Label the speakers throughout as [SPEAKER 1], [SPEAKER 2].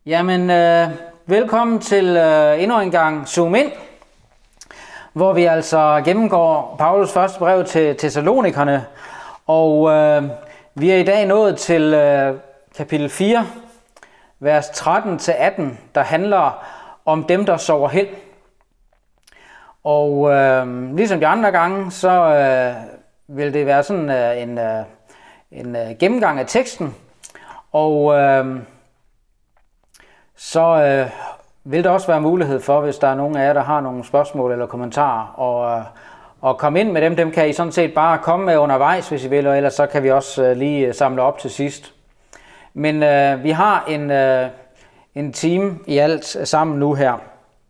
[SPEAKER 1] Jamen, velkommen til endnu en gang Zoom ind, hvor vi altså gennemgår Paulus første brev til Thessalonikerne. Og vi er i dag nået til kapitel 4, vers 13-18, der handler om dem, der sover hen. Og ligesom de andre gange, så vil det være sådan en gennemgang af teksten. Og så vil der også være mulighed for, hvis der er nogen af jer, der har nogle spørgsmål eller kommentarer, og komme ind med dem. Dem kan I sådan set bare komme med undervejs, hvis I vil, og ellers så kan vi også lige samle op til sidst. Men vi har en time i alt sammen nu her.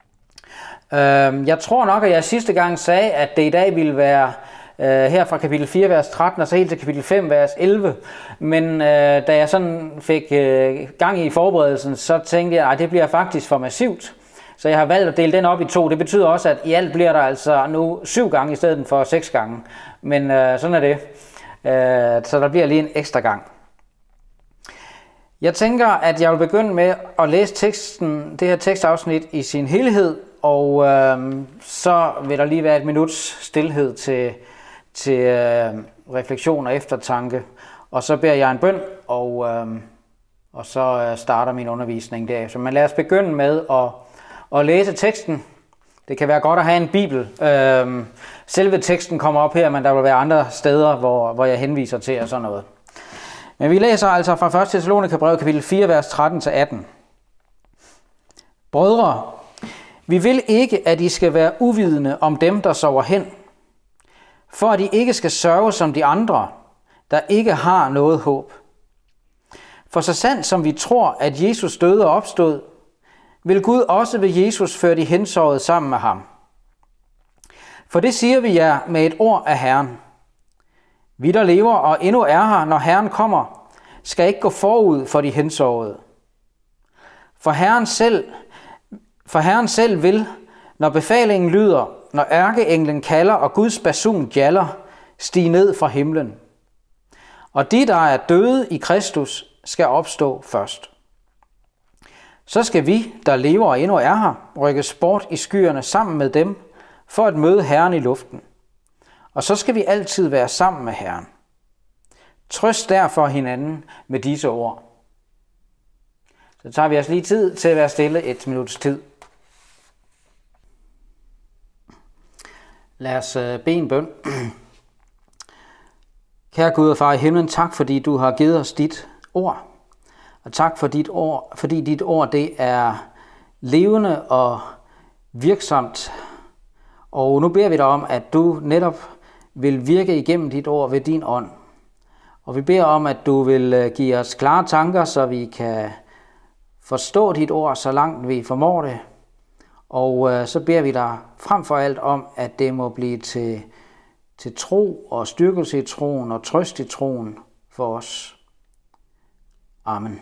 [SPEAKER 1] Jeg tror nok, at jeg sidste gang sagde, at det i dag ville være her fra kapitel 4, vers 13, og så helt til kapitel 5, vers 11. Men da jeg sådan fik gang i forberedelsen, så tænkte jeg, at det bliver faktisk for massivt. Så jeg har valgt at dele den op i 2. Det betyder også, at i alt bliver der altså nu 7 gange i stedet for 6 gange. Men sådan er det. Så der bliver lige en ekstra gang. Jeg tænker, at jeg vil begynde med at læse teksten, det her tekstafsnit i sin helhed, og så vil der lige være et minuts stilhed til refleksion og eftertanke. Og så beder jeg en bøn, og så starter min undervisning derefter. Men lad os begynde med at læse teksten. Det kan være godt at have en bibel. Selve teksten kommer op her, men der vil være andre steder, hvor jeg henviser til og sådan noget. Men vi læser altså fra 1. Thessalonikerbrev kapitel 4, vers 13-18. Brødre, vi vil ikke, at I skal være uvidende om dem, der sover hen, for at I ikke skal sørge som de andre, der ikke har noget håb. For så sandt som vi tror, at Jesus døde og opstod, vil Gud også ved Jesus føre de hensårede sammen med ham. For det siger vi jer med et ord af Herren. Vi, der lever og endnu er her, når Herren kommer, skal ikke gå forud for de hensårede. For Herren selv vil, når befalingen lyder, når ærkeenglen kalder og Guds basun gjalder, stige ned fra himlen. Og de, der er døde i Kristus, skal opstå først. Så skal vi, der lever og endnu er her, rykkes bort i skyerne sammen med dem, for at møde Herren i luften. Og så skal vi altid være sammen med Herren. Trøst derfor hinanden med disse ord. Så tager vi os lige tid til at være stille et minuts tid. Lad os bede en bøn. Kære Gud og Far i himlen, tak fordi du har givet os dit ord. Og tak for dit ord, fordi dit ord det er levende og virksomt. Og nu beder vi dig om, at du netop vil virke igennem dit ord ved din ånd. Og vi beder om, at du vil give os klare tanker, så vi kan forstå dit ord, så langt vi formår det. Og så beder vi dig frem for alt om, at det må blive til tro og styrkelse i troen og trøst i troen for os. Amen.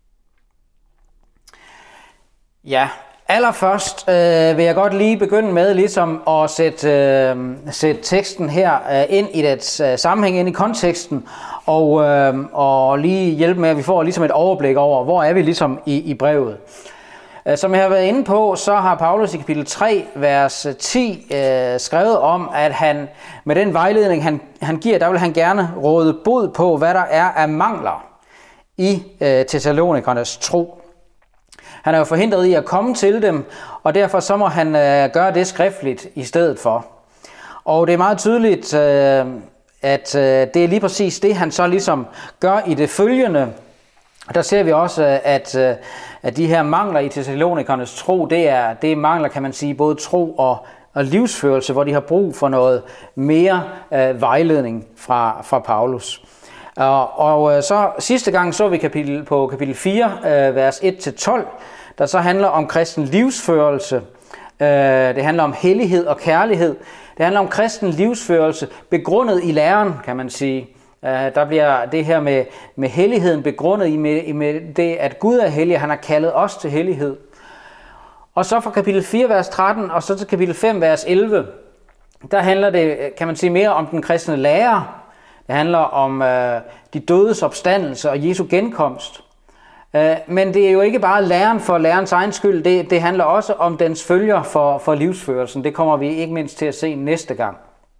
[SPEAKER 1] Ja, allerførst vil jeg godt lige begynde med ligesom at sætte teksten her ind i dets sammenhæng, ind i konteksten, og lige hjælpe med, at vi får ligesom et overblik over, hvor er vi ligesom i brevet. Som jeg har været inde på, så har Paulus i kapitel 3, vers 10 skrevet om, at han med den vejledning, han giver, der vil han gerne råde bod på, hvad der er af mangler i Thessalonikernes tro. Han er jo forhindret i at komme til dem, og derfor så må han gøre det skriftligt i stedet for. Og det er meget tydeligt, at det er lige præcis det, han så ligesom gør i det følgende. Der ser vi også, at de her mangler i Thessalonikernes tro, det er mangler, kan man sige, både tro og livsførelse, hvor de har brug for noget mere vejledning fra Paulus. Og så sidste gang så vi kapitel 4, vers 1-12, der så handler om kristen livsførelse. Det handler om hellighed og kærlighed. Det handler om kristen livsførelse, begrundet i læren, kan man sige. Der bliver det her med helligheden begrundet i med det, at Gud er hellig, han har kaldet os til hellighed. Og så fra kapitel 4, vers 13, og så til kapitel 5, vers 11, der handler det, kan man sige, mere om den kristne lære. Det handler om de dødes opstandelse og Jesu genkomst. Men det er jo ikke bare læren for lærens egen skyld, det handler også om dens følger for livsførelsen. Det kommer vi ikke mindst til at se næste gang.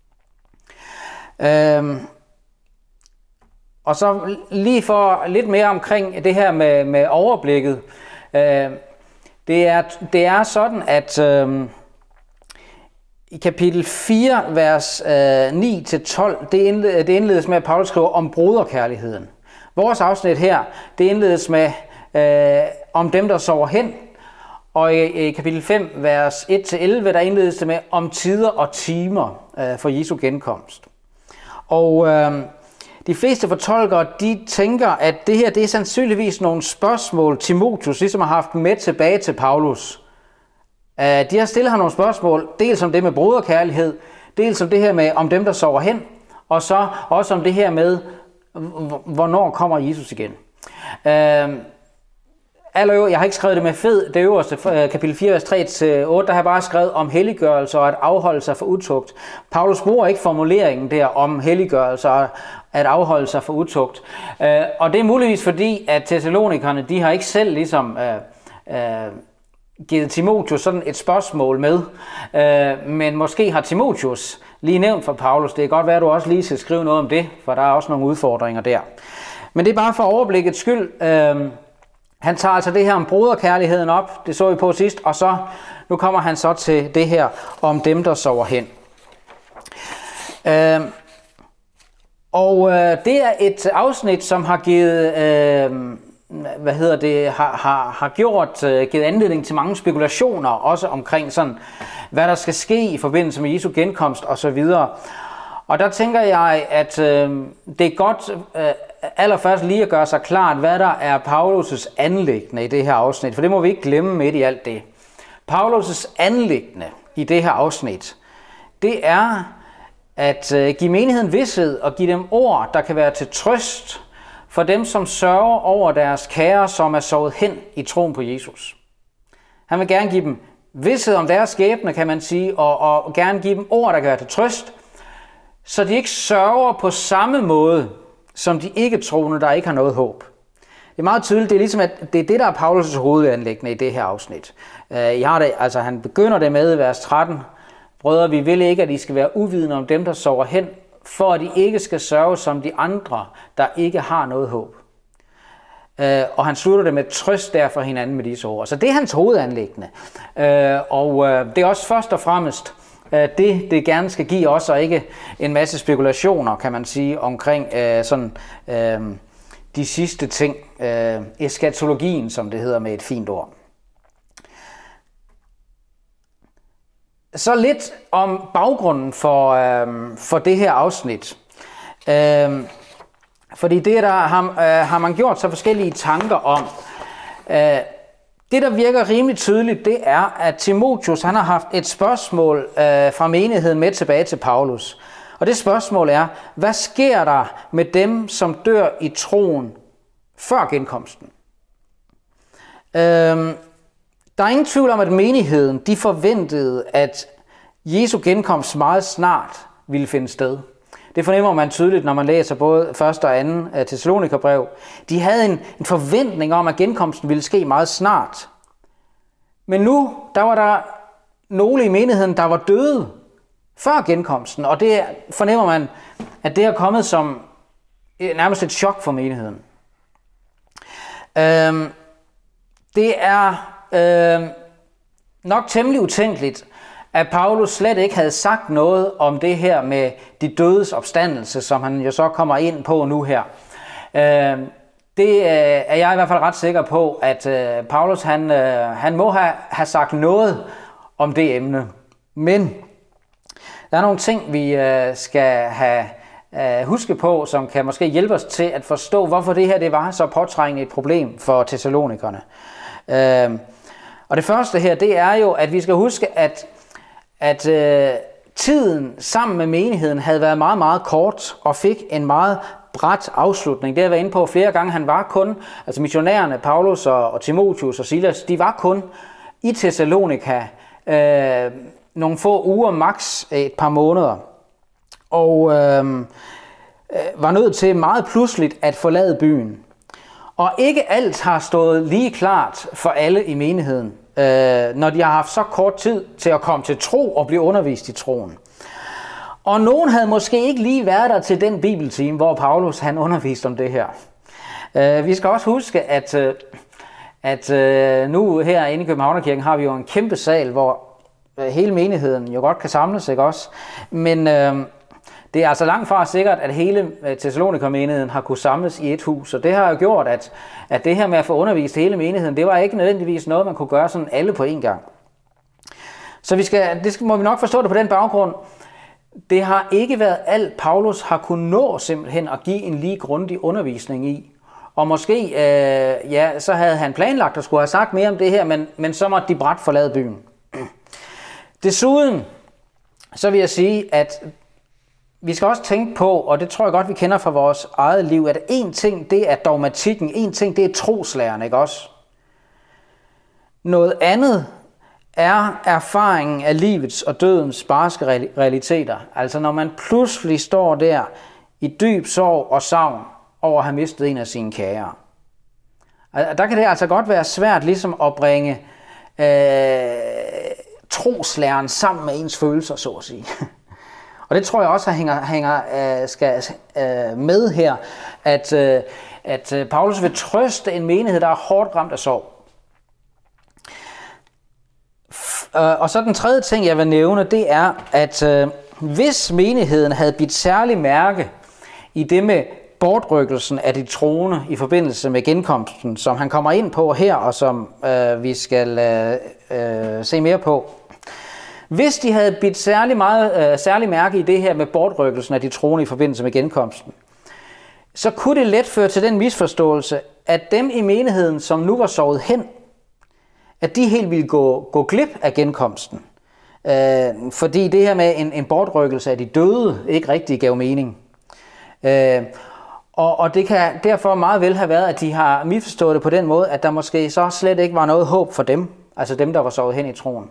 [SPEAKER 1] Og så lige for lidt mere omkring det her med overblikket. Det er sådan, at i kapitel 4, vers 9-12, det indledes med, at Paulus skriver om broderkærligheden. Vores afsnit her, det indledes med om dem, der sover hen. Og i kapitel 5, vers 1-11, der indledes det med om tider og timer for Jesu genkomst. Og de fleste fortolkere, de tænker, at det her, det er sandsynligvis nogle spørgsmål, Timotheus ligesom har haft med tilbage til Paulus. De har stillet ham nogle spørgsmål, dels om det med broderkærlighed, dels om det her med om dem, der sover hen, og så også om det her med, hvornår kommer Jesus igen. Jeg har ikke skrevet det med fed, det øverste, kapitel 4, vers 3-8, der har jeg bare skrevet om helliggørelse og at afholde sig for utugt. Paulus bruger ikke formuleringen der om helliggørelse og at afholde sig for utugt. Og det er muligvis fordi, at Thessalonikerne, de har ikke selv ligesom givet Timotheus sådan et spørgsmål med, men måske har Timotheus lige nævnt for Paulus. Det kan godt være, at du også lige skal skrive noget om det, for der er også nogle udfordringer der. Men det er bare for overblikket skyld. Han tager altså det her om broderkærligheden op, det så vi på sidst, og så nu kommer han så til det her om dem, der sover hen. Det er et afsnit, som har givet givet anledning til mange spekulationer, også omkring sådan, hvad der skal ske i forbindelse med Jesu genkomst og så videre. Og der tænker jeg, at det er godt allerførst lige at gøre sig klart, hvad der er Paulus' anliggende i det her afsnit, for det må vi ikke glemme midt i alt det. Paulus' anliggende i det her afsnit, det er at give menigheden vished og give dem ord, der kan være til trøst for dem, som sørger over deres kære, som er sovet hen i troen på Jesus. Han vil gerne give dem vished om deres skæbne, kan man sige, og gerne give dem ord, der kan være til trøst, så de ikke sørger på samme måde, som de ikke-troende, der ikke har noget håb. Det er meget tydeligt, det er ligesom, at det er det, der er Paulus' hovedanliggende i det her afsnit. Han begynder det med i vers 13. Brødre, vi vil ikke, at I skal være uvidende om dem, der sover hen, for at I ikke skal sørge som de andre, der ikke har noget håb. Og han slutter det med trøst der for hinanden med disse ord. Så det er hans hovedanliggende. Det er også først og fremmest det gerne skal give os, og ikke en masse spekulationer, kan man sige, omkring de sidste ting. Eskatologien, som det hedder med et fint ord. Så lidt om baggrunden for det her afsnit. Fordi det der har man gjort så forskellige tanker om. Det, der virker rimelig tydeligt, det er, at Timotheus han har haft et spørgsmål fra menigheden med tilbage til Paulus. Og det spørgsmål er, hvad sker der med dem, som dør i troen før genkomsten? Der er ingen tvivl om, at menigheden de forventede, at Jesu genkomst meget snart ville finde sted. Det fornemmer man tydeligt, når man læser både 1. og 2. Thessalonikerbrev. De havde en forventning om, at genkomsten ville ske meget snart. Men nu, der var der nogle i menigheden, der var døde før genkomsten. Og det fornemmer man, at det er kommet som nærmest et chok for menigheden. Det er nok temmelig utænkeligt, at Paulus slet ikke havde sagt noget om det her med de dødes opstandelse, som han jo så kommer ind på nu her. Det er jeg i hvert fald ret sikker på, at Paulus han må have sagt noget om det emne. Men der er nogle ting, vi skal have huske på, som kan måske hjælpe os til at forstå, hvorfor det her det var så påtrængende et problem for Thessalonikerne. Og det første her, det er jo, at vi skal huske, at tiden sammen med menigheden havde været meget, meget kort og fik en meget brat afslutning. Det har jeg været inde på flere gange. Han var kun, altså missionærerne, Paulus og Timotheus og Silas, de var kun i Thessalonika nogle få uger, maks et par måneder. Og var nødt til meget pludseligt at forlade byen. Og ikke alt har stået lige klart for alle i menigheden, når de har haft så kort tid til at komme til tro og blive undervist i troen. Og nogen havde måske ikke lige været der til den bibeltime, hvor Paulus han underviste om det her. Vi skal også huske, at nu herinde i Københavnerkirken har vi jo en kæmpe sal, hvor hele menigheden jo godt kan samles, ikke også? Men det er altså langt fra sikkert, at hele Thessaloniker-menigheden har kunne samles i et hus. Og det har jo gjort, at det her med at få undervist hele menigheden, det var ikke nødvendigvis noget, man kunne gøre sådan alle på en gang. Så det må vi nok forstå det på den baggrund. Det har ikke været alt, Paulus har kunnet nå simpelthen at give en lige grundig undervisning i. Og måske, så havde han planlagt at skulle have sagt mere om det her, men så måtte de brat forlade byen. Desuden, så vil jeg sige, at vi skal også tænke på, og det tror jeg godt, vi kender fra vores eget liv, at en ting, det er dogmatikken, en ting, det er troslæren, ikke også? Noget andet er erfaringen af livets og dødens barske realiteter. Altså når man pludselig står der i dyb sorg og savn over at have mistet en af sine kære. Der kan det altså godt være svært ligesom at bringe troslæren sammen med ens følelser, så at sige. Og det tror jeg også hænger med her, at Paulus vil trøste en menighed, der er hårdt ramt af sorg. Og så den tredje ting, jeg vil nævne, det er, at hvis menigheden havde bidt særlig mærke i det med bortrykkelsen af de troende i forbindelse med genkomsten, som han kommer ind på her, og som vi skal se mere på. Hvis de havde bidt særlig mærke i det her med bortrykkelsen af de troende i forbindelse med genkomsten, så kunne det let føre til den misforståelse, at dem i menigheden, som nu var sovet hen, at de helt ville gå glip af genkomsten. Fordi det her med en bortrykkelse af de døde ikke rigtig gav mening. Og det kan derfor meget vel have været, at de har misforstået det på den måde, at der måske så slet ikke var noget håb for dem, altså dem, der var sovet hen i troen.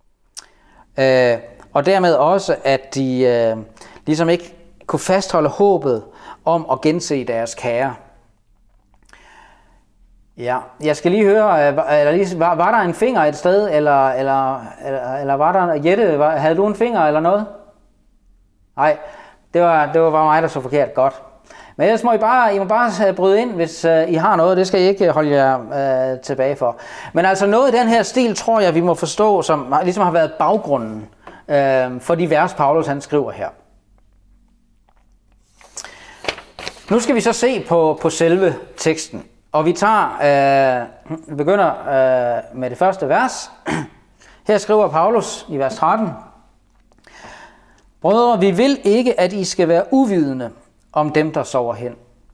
[SPEAKER 1] Og dermed også, at de ligesom ikke kunne fastholde håbet om at gense deres kære. Ja, jeg skal lige høre, var der en finger et sted, eller var der, Jette, havde du en finger eller noget? Nej, det var bare mig, der så forkert. Godt. Men ellers må I må bare bryde ind, hvis I har noget. Det skal I ikke holde jer tilbage for. Men altså noget i den her stil, tror jeg, vi må forstå, som ligesom har været baggrunden for de vers, Paulus han skriver her. Nu skal vi så se på selve teksten. Og vi begynder med det første vers. Her skriver Paulus i vers 13. Brødre, vi vil ikke, at I skal være uvidende om dem, der sover hen.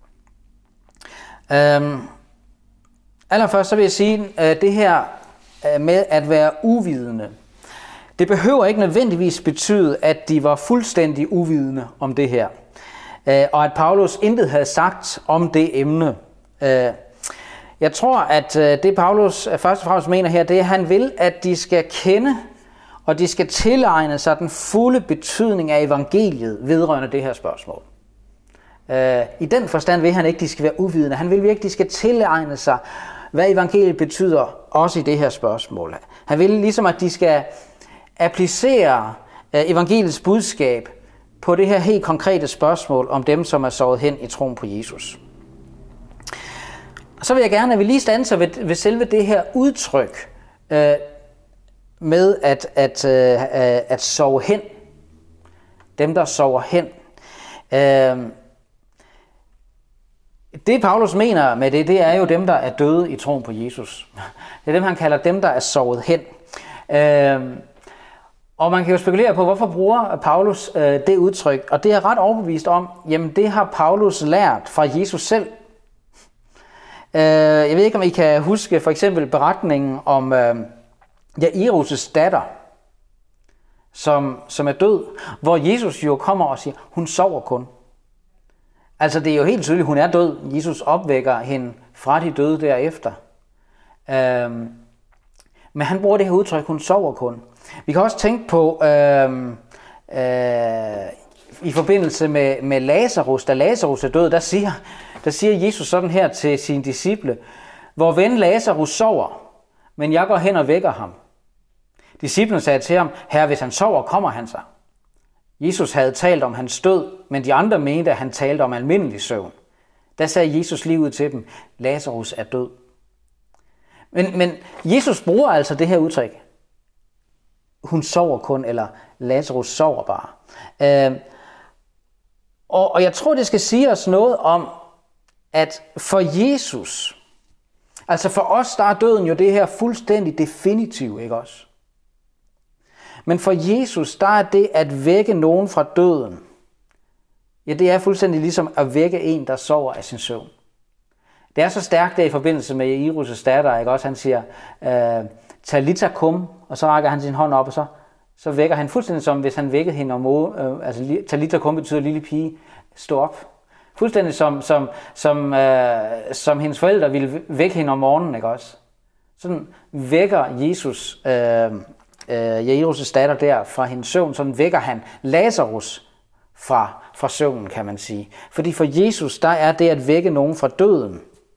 [SPEAKER 1] Allerførst så vil jeg sige, det her med at være uvidende, det behøver ikke nødvendigvis betyde, at de var fuldstændig uvidende om det her. Og at Paulus intet havde sagt om det emne. Jeg tror, at det Paulus først og fremmest mener her, det er, at han vil, at de skal kende, og de skal tilegne sig den fulde betydning af evangeliet vedrørende det her spørgsmål. I den forstand vil han ikke, at de skal være uvidende. Han vil virkelig, at de skal tilegne sig, hvad evangeliet betyder, også i det her spørgsmål. Han vil ligesom, at de skal applicere evangeliets budskab på det her helt konkrete spørgsmål om dem, som er sovet hen i troen på Jesus. Og så vil jeg gerne, at vi lige standser ved selve det her udtryk med at sove hen. Dem, der sover hen. Det Paulus mener med det er jo dem, der er døde i troen på Jesus. Det er dem, han kalder dem, der er sovet hen. Og man kan jo spekulere på, hvorfor bruger Paulus det udtryk. Og det er jeg ret overbevist om, jamen det har Paulus lært fra Jesus selv. Jeg ved ikke, om I kan huske for eksempel beretningen om Jairus' datter, som er død, hvor Jesus jo kommer og siger, hun sover kun. Altså det er jo helt tydeligt, hun er død. Jesus opvækker hende fra de døde derefter. Men han bruger det her udtryk, hun sover kun. Vi kan også tænke på i forbindelse med Lazarus, da Lazarus er død, der siger der siger Jesus sådan her til sine disciple: Vor ven Lazarus sover, men jeg går hen og vækker ham. Disciplene sagde til ham: Herre, hvis han sover, kommer han sig. Jesus havde talt om hans død, men de andre mente, at han talte om almindelig søvn. Der sagde Jesus lige ud til dem: Lazarus er død. Men Jesus bruger altså det her udtryk: hun sover kun, eller Lazarus sover bare. Og jeg tror, det skal sige os noget om, at for Jesus, altså for os, der er døden jo det her fuldstændig definitiv, ikke også? Men for Jesus, der er det at vække nogen fra døden, ja, det er fuldstændig ligesom at vække en, der sover af sin søvn. Det er så stærkt det i forbindelse med Jairus' datter, ikke også? Han siger, Talita kum, og så rækker han sin hånd op, og så vækker han fuldstændig som, hvis han vækkede hende om altså Talita kum betyder lille pige, stå op. Fuldstændig som hendes forældre ville vække hende om morgenen, ikke også? Sådan vækker Jesus Jairus' datter der fra hendes søvn, sådan vækker han Lazarus fra søvnen, kan man sige. Fordi for Jesus, der er det at vække nogen fra døden,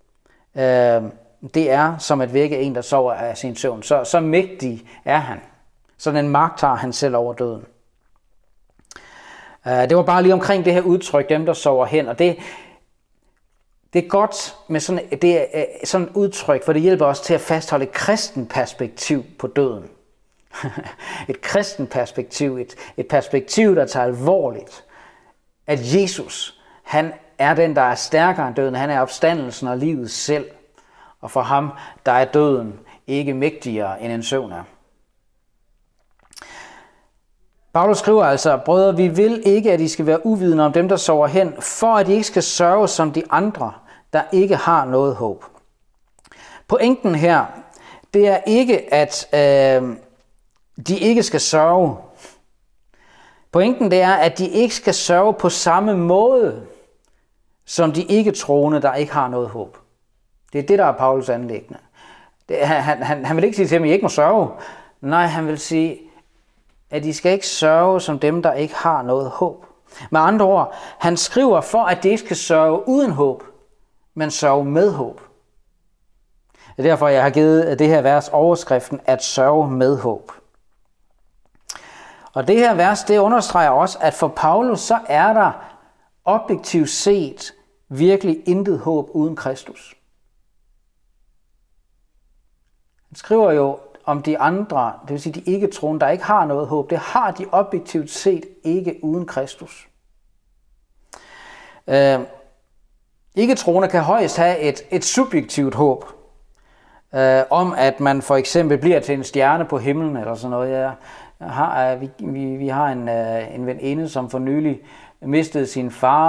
[SPEAKER 1] det er som at vække en, der sover af sin søvn. Så mægtig er han. Sådan en magt har han selv over døden. Det var bare lige omkring det her udtryk, dem der sover hen, og det er godt med sådan et udtryk, for det hjælper os til at fastholde et kristen perspektiv på døden. Et kristen perspektiv, et perspektiv, der tager alvorligt, at Jesus, han er den, der er stærkere end døden. Han er opstandelsen og livet selv. Og for ham, der er døden ikke mægtigere end en søvn er. Paulus skriver altså: Brødre, vi vil ikke, at I skal være uvidende om dem, der sover hen, for at I ikke skal sørge som de andre, der ikke har noget håb. Pointen her, det er ikke, at de ikke skal sørge. Pointen det er, at de ikke skal sørge på samme måde, som de ikke troende, der ikke har noget håb. Det er det, der er Paulus anliggende. Han vil ikke sige til dem, at I ikke må sørge. Nej, han vil sige, at de skal ikke sørge som dem, der ikke har noget håb. Med andre ord, han skriver for, at de ikke skal sørge uden håb, men sørge med håb. Det er derfor, jeg har givet det her vers overskriften, at sørge med håb. Og det her vers, det understreger også, at for Paulus, så er der objektivt set virkelig intet håb uden Kristus. Han skriver jo om de andre, det vil sige de ikke troende, der ikke har noget håb. Det har de objektivt set ikke uden Kristus. Ikke troende kan højst have et subjektivt håb om, at man for eksempel bliver til en stjerne på himlen eller sådan noget. Vi har en veninde, som for nylig mistede sin far,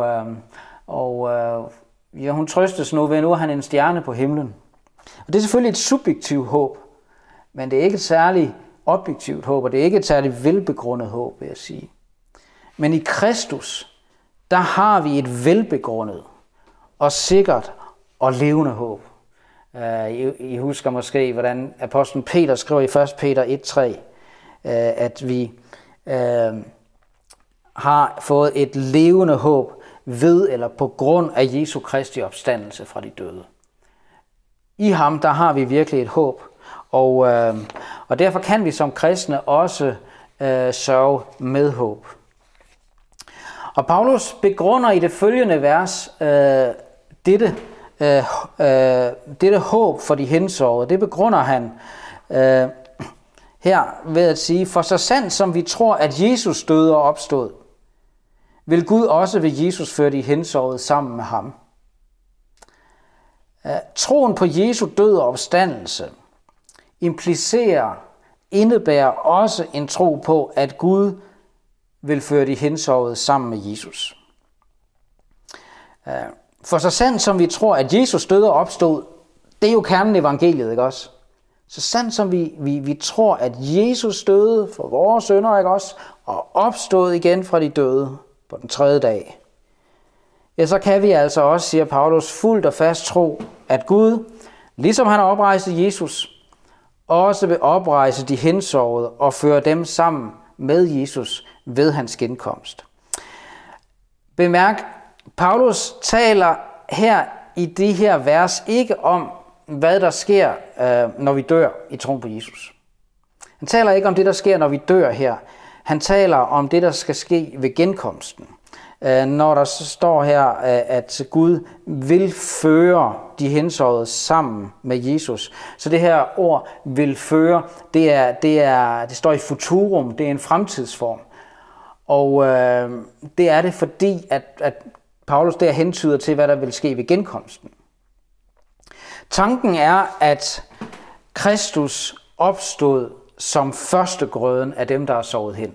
[SPEAKER 1] og hun trøstes nu ved, at nu er han en stjerne på himlen. Og det er selvfølgelig et subjektivt håb, men det er ikke et særligt objektivt håb, og det er ikke et særligt velbegrundet håb, vil jeg sige. Men i Kristus, der har vi et velbegrundet og sikkert og levende håb. I husker måske, hvordan apostlen Peter skriver i 1. Peter 1:3, at vi har fået et levende håb ved eller på grund af Jesu Kristi opstandelse fra de døde. I ham, der har vi virkelig et håb, og derfor kan vi som kristne også sørge med håb. Og Paulus begrunder i det følgende vers dette håb for de hensårede. Det begrunder han her ved at sige: for så sandt som vi tror, at Jesus døde og opstod, vil Gud også ved Jesus føre de hensårede sammen med ham. Troen på Jesu død og opstandelse indebærer også en tro på, at Gud vil føre de hensårede sammen med Jesus. For så sandt som vi tror, at Jesus døde og opstod, det er jo kernen i evangeliet, ikke også? Så sandt som vi tror, at Jesus døde for vores synder, ikke også? Og opstod igen fra de døde på den 3. dag. Ja, så kan vi altså også, siger Paulus, fuldt og fast tro, at Gud, ligesom han oprejste Jesus, også vil oprejse de hensårede og føre dem sammen med Jesus ved hans genkomst. Bemærk, Paulus taler her i de her vers ikke om, hvad der sker, når vi dør i troen på Jesus. Han taler ikke om det, der sker, når vi dør her. Han taler om det, der skal ske ved genkomsten. Når der så står her, at Gud vil føre de hensårede sammen med Jesus. Så det her ord vil føre, det står i futurum, det er en fremtidsform. Og det er det, fordi at Paulus der hentyder til, hvad der vil ske ved genkomsten. Tanken er, at Kristus opstod som førstegrøden af dem, der er sovet hen.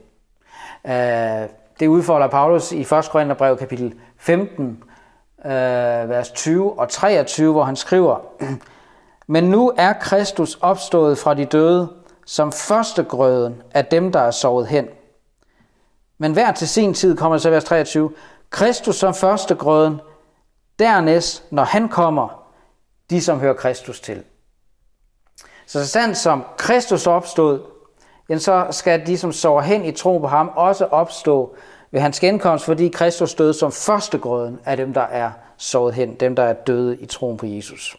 [SPEAKER 1] Det udfolder Paulus i 1. Korintherbrev kapitel 15, vers 20 og 23, hvor han skriver: Men nu er Kristus opstået fra de døde som førstegrøden af dem, der er sovet hen. Men hver til sin tid, kommer så vers 23, Kristus som førstegrøden, dernæst, når han kommer, de som hører Kristus til. Så sandt som Kristus opstod, så skal de, som sover hen i tro på ham, også opstå ved hans genkomst, fordi Kristus døde som førstegrøden af dem, der er sovet hen, dem, der er døde i troen på Jesus.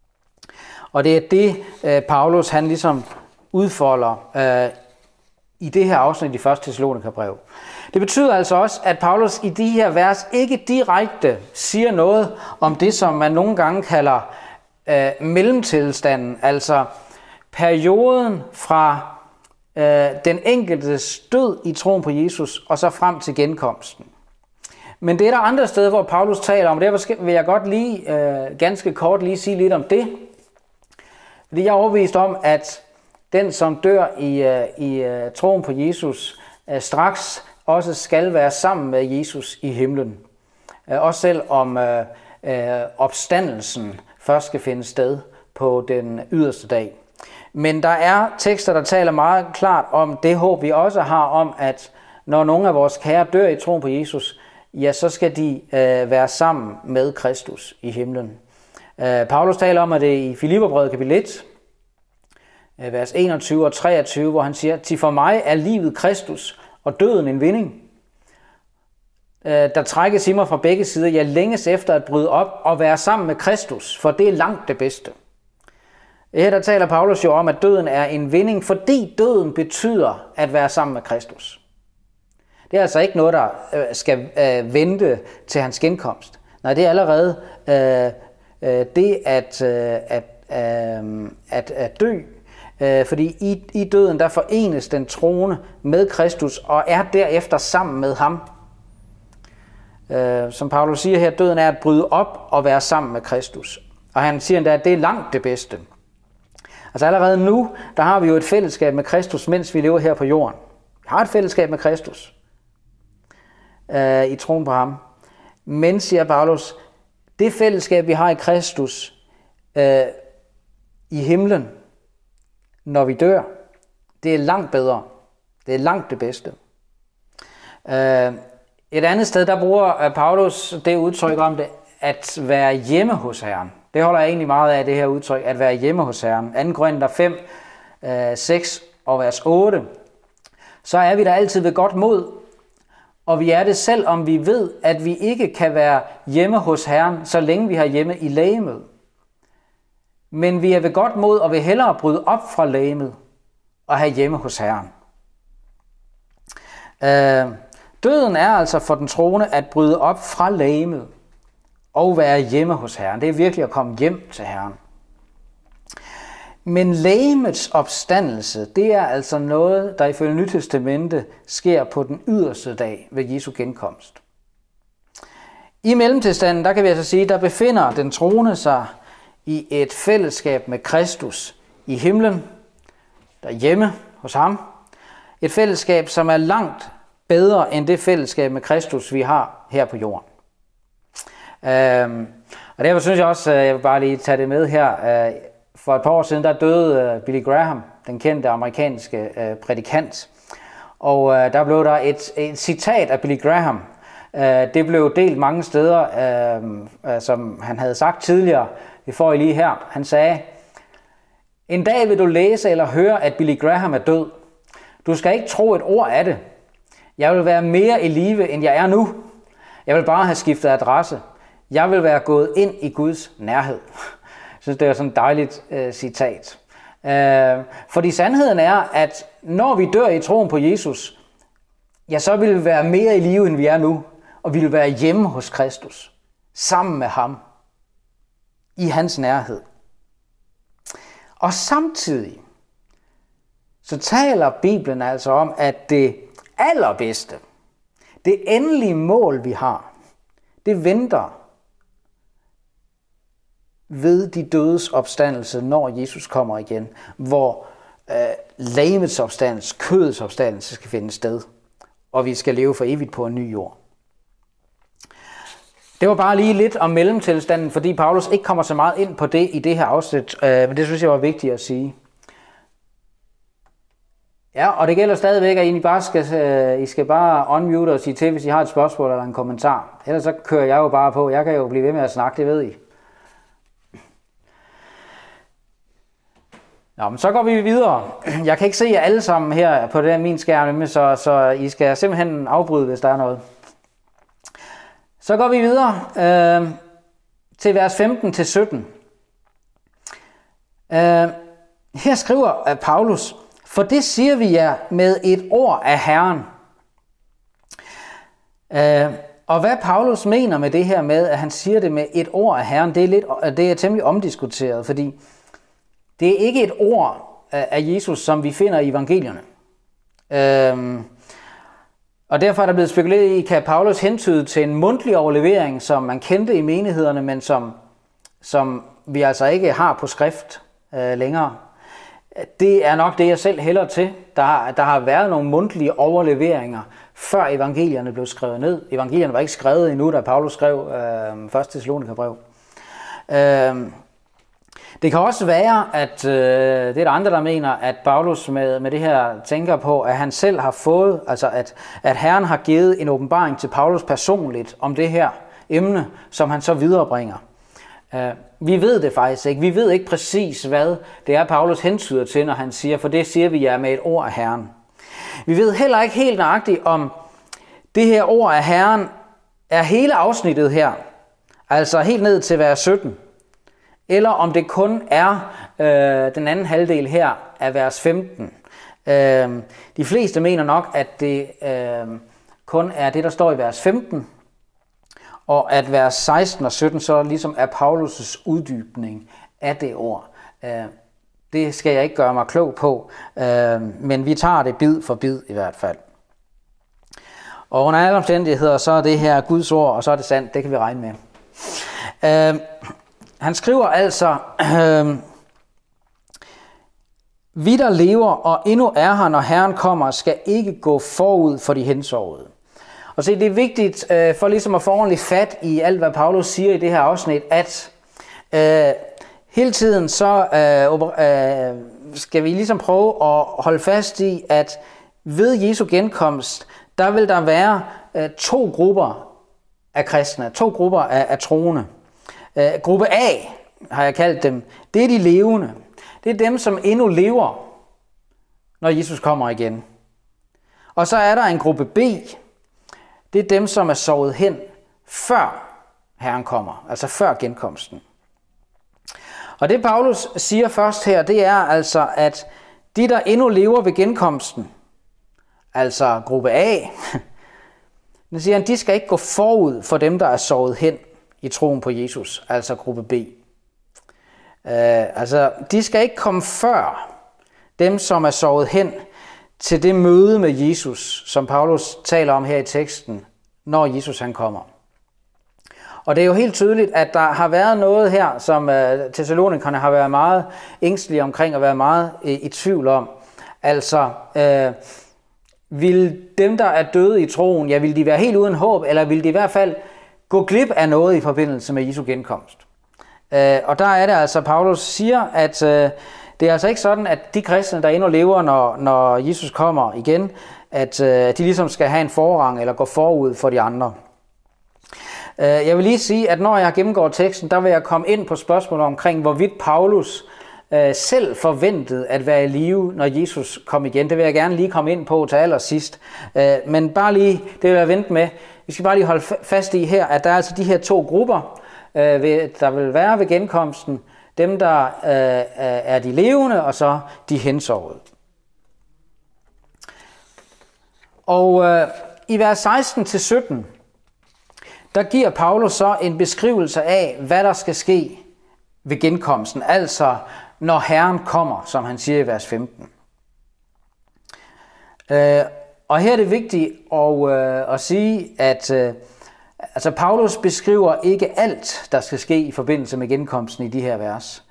[SPEAKER 1] Og det er det, Paulus han ligesom udfolder i det her afsnit i 1. Thessalonikerbrev. Det betyder altså også, at Paulus i de her vers ikke direkte siger noget om det, som man nogle gange kalder mellemtilstanden, altså perioden fra den enkeltes død i troen på Jesus og så frem til genkomsten. Men det er der andre steder, hvor Paulus taler om. Derfor vil jeg godt lige ganske kort lige sige lidt om det. Fordi jeg er overbevist om, at den, som dør i troen på Jesus, straks også skal være sammen med Jesus i himlen. Også selv om opstandelsen først skal finde sted på den yderste dag. Men der er tekster, der taler meget klart om det håb, vi også har om, at når nogle af vores kære dør i troen på Jesus, ja, så skal de være sammen med Kristus i himlen. Paulus taler om, at det i Filipperbrevet kapitel 1, vers 21 og 23, hvor han siger: Til for mig er livet Kristus, og døden en vinding. Der trækkes i mig fra begge sider. Jeg længes efter at bryde op og være sammen med Kristus, for det er langt det bedste. Her der taler Paulus jo om, at døden er en vinding, fordi døden betyder at være sammen med Kristus. Det er altså ikke noget, der skal vente til hans genkomst. Nej, det er allerede det at dø. Fordi i døden, der forenes den troende med Kristus og er derefter sammen med ham. Som Paulus siger her, døden er at bryde op og være sammen med Kristus. Og han siger endda, at det er langt det bedste. Altså allerede nu, der har vi jo et fællesskab med Kristus, mens vi lever her på jorden. Vi har et fællesskab med Kristus i troen på ham. Men, siger Paulus, det fællesskab, vi har i Kristus i himlen, når vi dør, det er langt bedre. Det er langt det bedste. Et andet sted, der bruger Paulus det udtryk om det, at være hjemme hos Herren. Det holder jeg egentlig meget af, det her udtryk, at være hjemme hos Herren. 2. Korinther 5, 6 og vers 8. Så er vi der altid ved godt mod, og vi er det selv, om vi ved, at vi ikke kan være hjemme hos Herren, så længe vi har hjemme i legemet. Men vi er ved godt mod og vil hellere bryde op fra legemet og have hjemme hos Herren. Døden er altså for den troende at bryde op fra legemet og være hjemme hos Herren. Det er virkelig at komme hjem til Herren. Men legemets opstandelse, det er altså noget, der ifølge Nyt Testamente sker på den yderste dag ved Jesu genkomst. I mellemtilstanden, der kan vi altså sige, der befinder den troende sig i et fællesskab med Kristus i himlen, derhjemme hos ham. Et fællesskab, som er langt bedre end det fællesskab med Kristus, vi har her på jorden. Og derfor synes jeg også, jeg vil bare lige tage det med her. For et par år siden, der døde Billy Graham, den kendte amerikanske prædikant. Og der blev der et citat af Billy Graham. Det blev delt mange steder, som han havde sagt tidligere. Det får I lige her. Han sagde: En dag vil du læse eller høre, at Billy Graham er død. Du skal ikke tro et ord af det. Jeg vil være mere i live, end jeg er nu. Jeg vil bare have skiftet adresse. Jeg vil være gået ind i Guds nærhed. Jeg synes, det er sådan et dejligt citat. Fordi sandheden er, at når vi dør i troen på Jesus, ja, så vil vi være mere i live, end vi er nu. Og vi vil være hjemme hos Kristus. Sammen med ham. I hans nærhed. Og samtidig, så taler Bibelen altså om, at det allerbedste, det endelige mål, vi har, det venter ved de dødes opstandelse, når Jesus kommer igen, hvor legemets opstandelse, kødets opstandelse skal finde sted, og vi skal leve for evigt på en ny jord. Det var bare lige lidt om mellemtilstanden, fordi Paulus ikke kommer så meget ind på det i det her afsnit, men det synes jeg var vigtigt at sige. Ja, og det gælder stadigvæk, at I skal bare unmute og sige til, hvis I har et spørgsmål eller en kommentar. Ellers så kører jeg jo bare på. Jeg kan jo blive ved med at snakke, det ved I. Nå, men så går vi videre. Jeg kan ikke se jer alle sammen her på min skærm, så I skal simpelthen afbryde, hvis der er noget. Så går vi videre til vers 15-17. Her skriver Paulus, for det siger vi jer med et ord af Herren. Og hvad Paulus mener med det her med, at han siger det med et ord af Herren, det er temmelig omdiskuteret, fordi det er ikke et ord af Jesus, som vi finder i evangelierne. Og derfor er der blevet spekuleret i, kan Paulus hentyde til en mundtlig overlevering, som man kendte i menighederne, men som vi altså ikke har på skrift længere. Det er nok det, jeg selv hælder til. Der har været nogle mundtlige overleveringer, før evangelierne blev skrevet ned. Evangelierne var ikke skrevet endnu, da Paulus skrev 1. Thessalonikerbrev. Det kan også være, at det er der andre, der mener, at Paulus med det her tænker på, at han selv har fået, altså at Herren har givet en åbenbaring til Paulus personligt om det her emne, som han så viderebringer. Vi ved det faktisk ikke. Vi ved ikke præcis, hvad det er, Paulus hentyder til, når han siger, for det siger vi jer med et ord af Herren. Vi ved heller ikke helt nøjagtigt, om det her ord af Herren er hele afsnittet her, altså helt ned til vers 17, eller om det kun er den anden halvdel her af vers 15. De fleste mener nok, at det kun er det, der står i vers 15, og at vers 16 og 17 så ligesom er Paulus' uddybning af det ord. Det skal jeg ikke gøre mig klog på, men vi tager det bid for bid i hvert fald. Og under alle omstændigheder, så er det her Guds ord, og så er det sandt, det kan vi regne med. Han skriver altså, vi der lever og endnu er her, når Herren kommer, skal ikke gå forud for de hensovede. Og så det er vigtigt for ligesom at få ordentligt fat i alt, hvad Paulus siger i det her afsnit, at hele tiden så skal vi ligesom prøve at holde fast i, at ved Jesu genkomst, der vil der være to grupper af kristne, to grupper af troende. Gruppe A har jeg kaldt dem, det er de levende. Det er dem, som endnu lever, når Jesus kommer igen. Og så er der en gruppe B, det er dem, som er sovet hen, før Herren kommer, altså før genkomsten. Og det Paulus siger først her, det er altså, at de, der endnu lever ved genkomsten, altså gruppe A, den siger han, de skal ikke gå forud for dem, der er sovet hen i troen på Jesus, altså gruppe B. Altså, de skal ikke komme før dem, som er sovet hen til det møde med Jesus, som Paulus taler om her i teksten, når Jesus han kommer. Og det er jo helt tydeligt, at der har været noget her, som Thessalonikerne har været meget ængstelige omkring og været meget i tvivl om. Altså, vil dem, der er døde i troen, ja, vil de være helt uden håb, eller vil de i hvert fald gå glip af noget i forbindelse med Jesu genkomst? Og der er det altså, Paulus siger, at det er altså ikke sådan, at de kristne, der endnu lever, når Jesus kommer igen, at de ligesom skal have en forrang eller gå forud for de andre. Jeg vil lige sige, at når jeg gennemgår teksten, der vil jeg komme ind på spørgsmålet omkring, hvorvidt Paulus selv forventede at være i live, når Jesus kom igen. Det vil jeg gerne lige komme ind på til allersidst. Men bare lige, det vil jeg vente med. Vi skal bare lige holde fast i her, at der er altså de her to grupper, der vil være ved genkomsten. Dem, der er de levende, og så de hensovede. Og i vers 16-17, der giver Paulus så en beskrivelse af, hvad der skal ske ved genkomsten. Altså, når Herren kommer, som han siger i vers 15. Og her er det vigtigt at sige, at altså Paulus beskriver ikke alt, der skal ske i forbindelse med genkomsten i de her vers.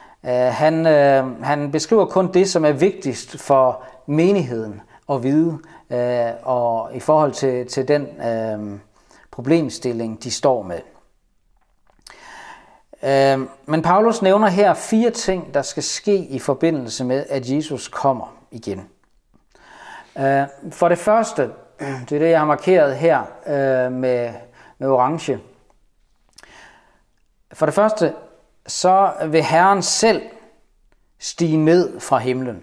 [SPEAKER 1] Han beskriver kun det, som er vigtigst for menigheden at vide, og i forhold til den problemstilling, de står med. Men Paulus nævner her 4 ting, der skal ske i forbindelse med, at Jesus kommer igen. For det første, det er det, jeg har markeret her med orange. For det første, så vil Herren selv stige ned fra himlen.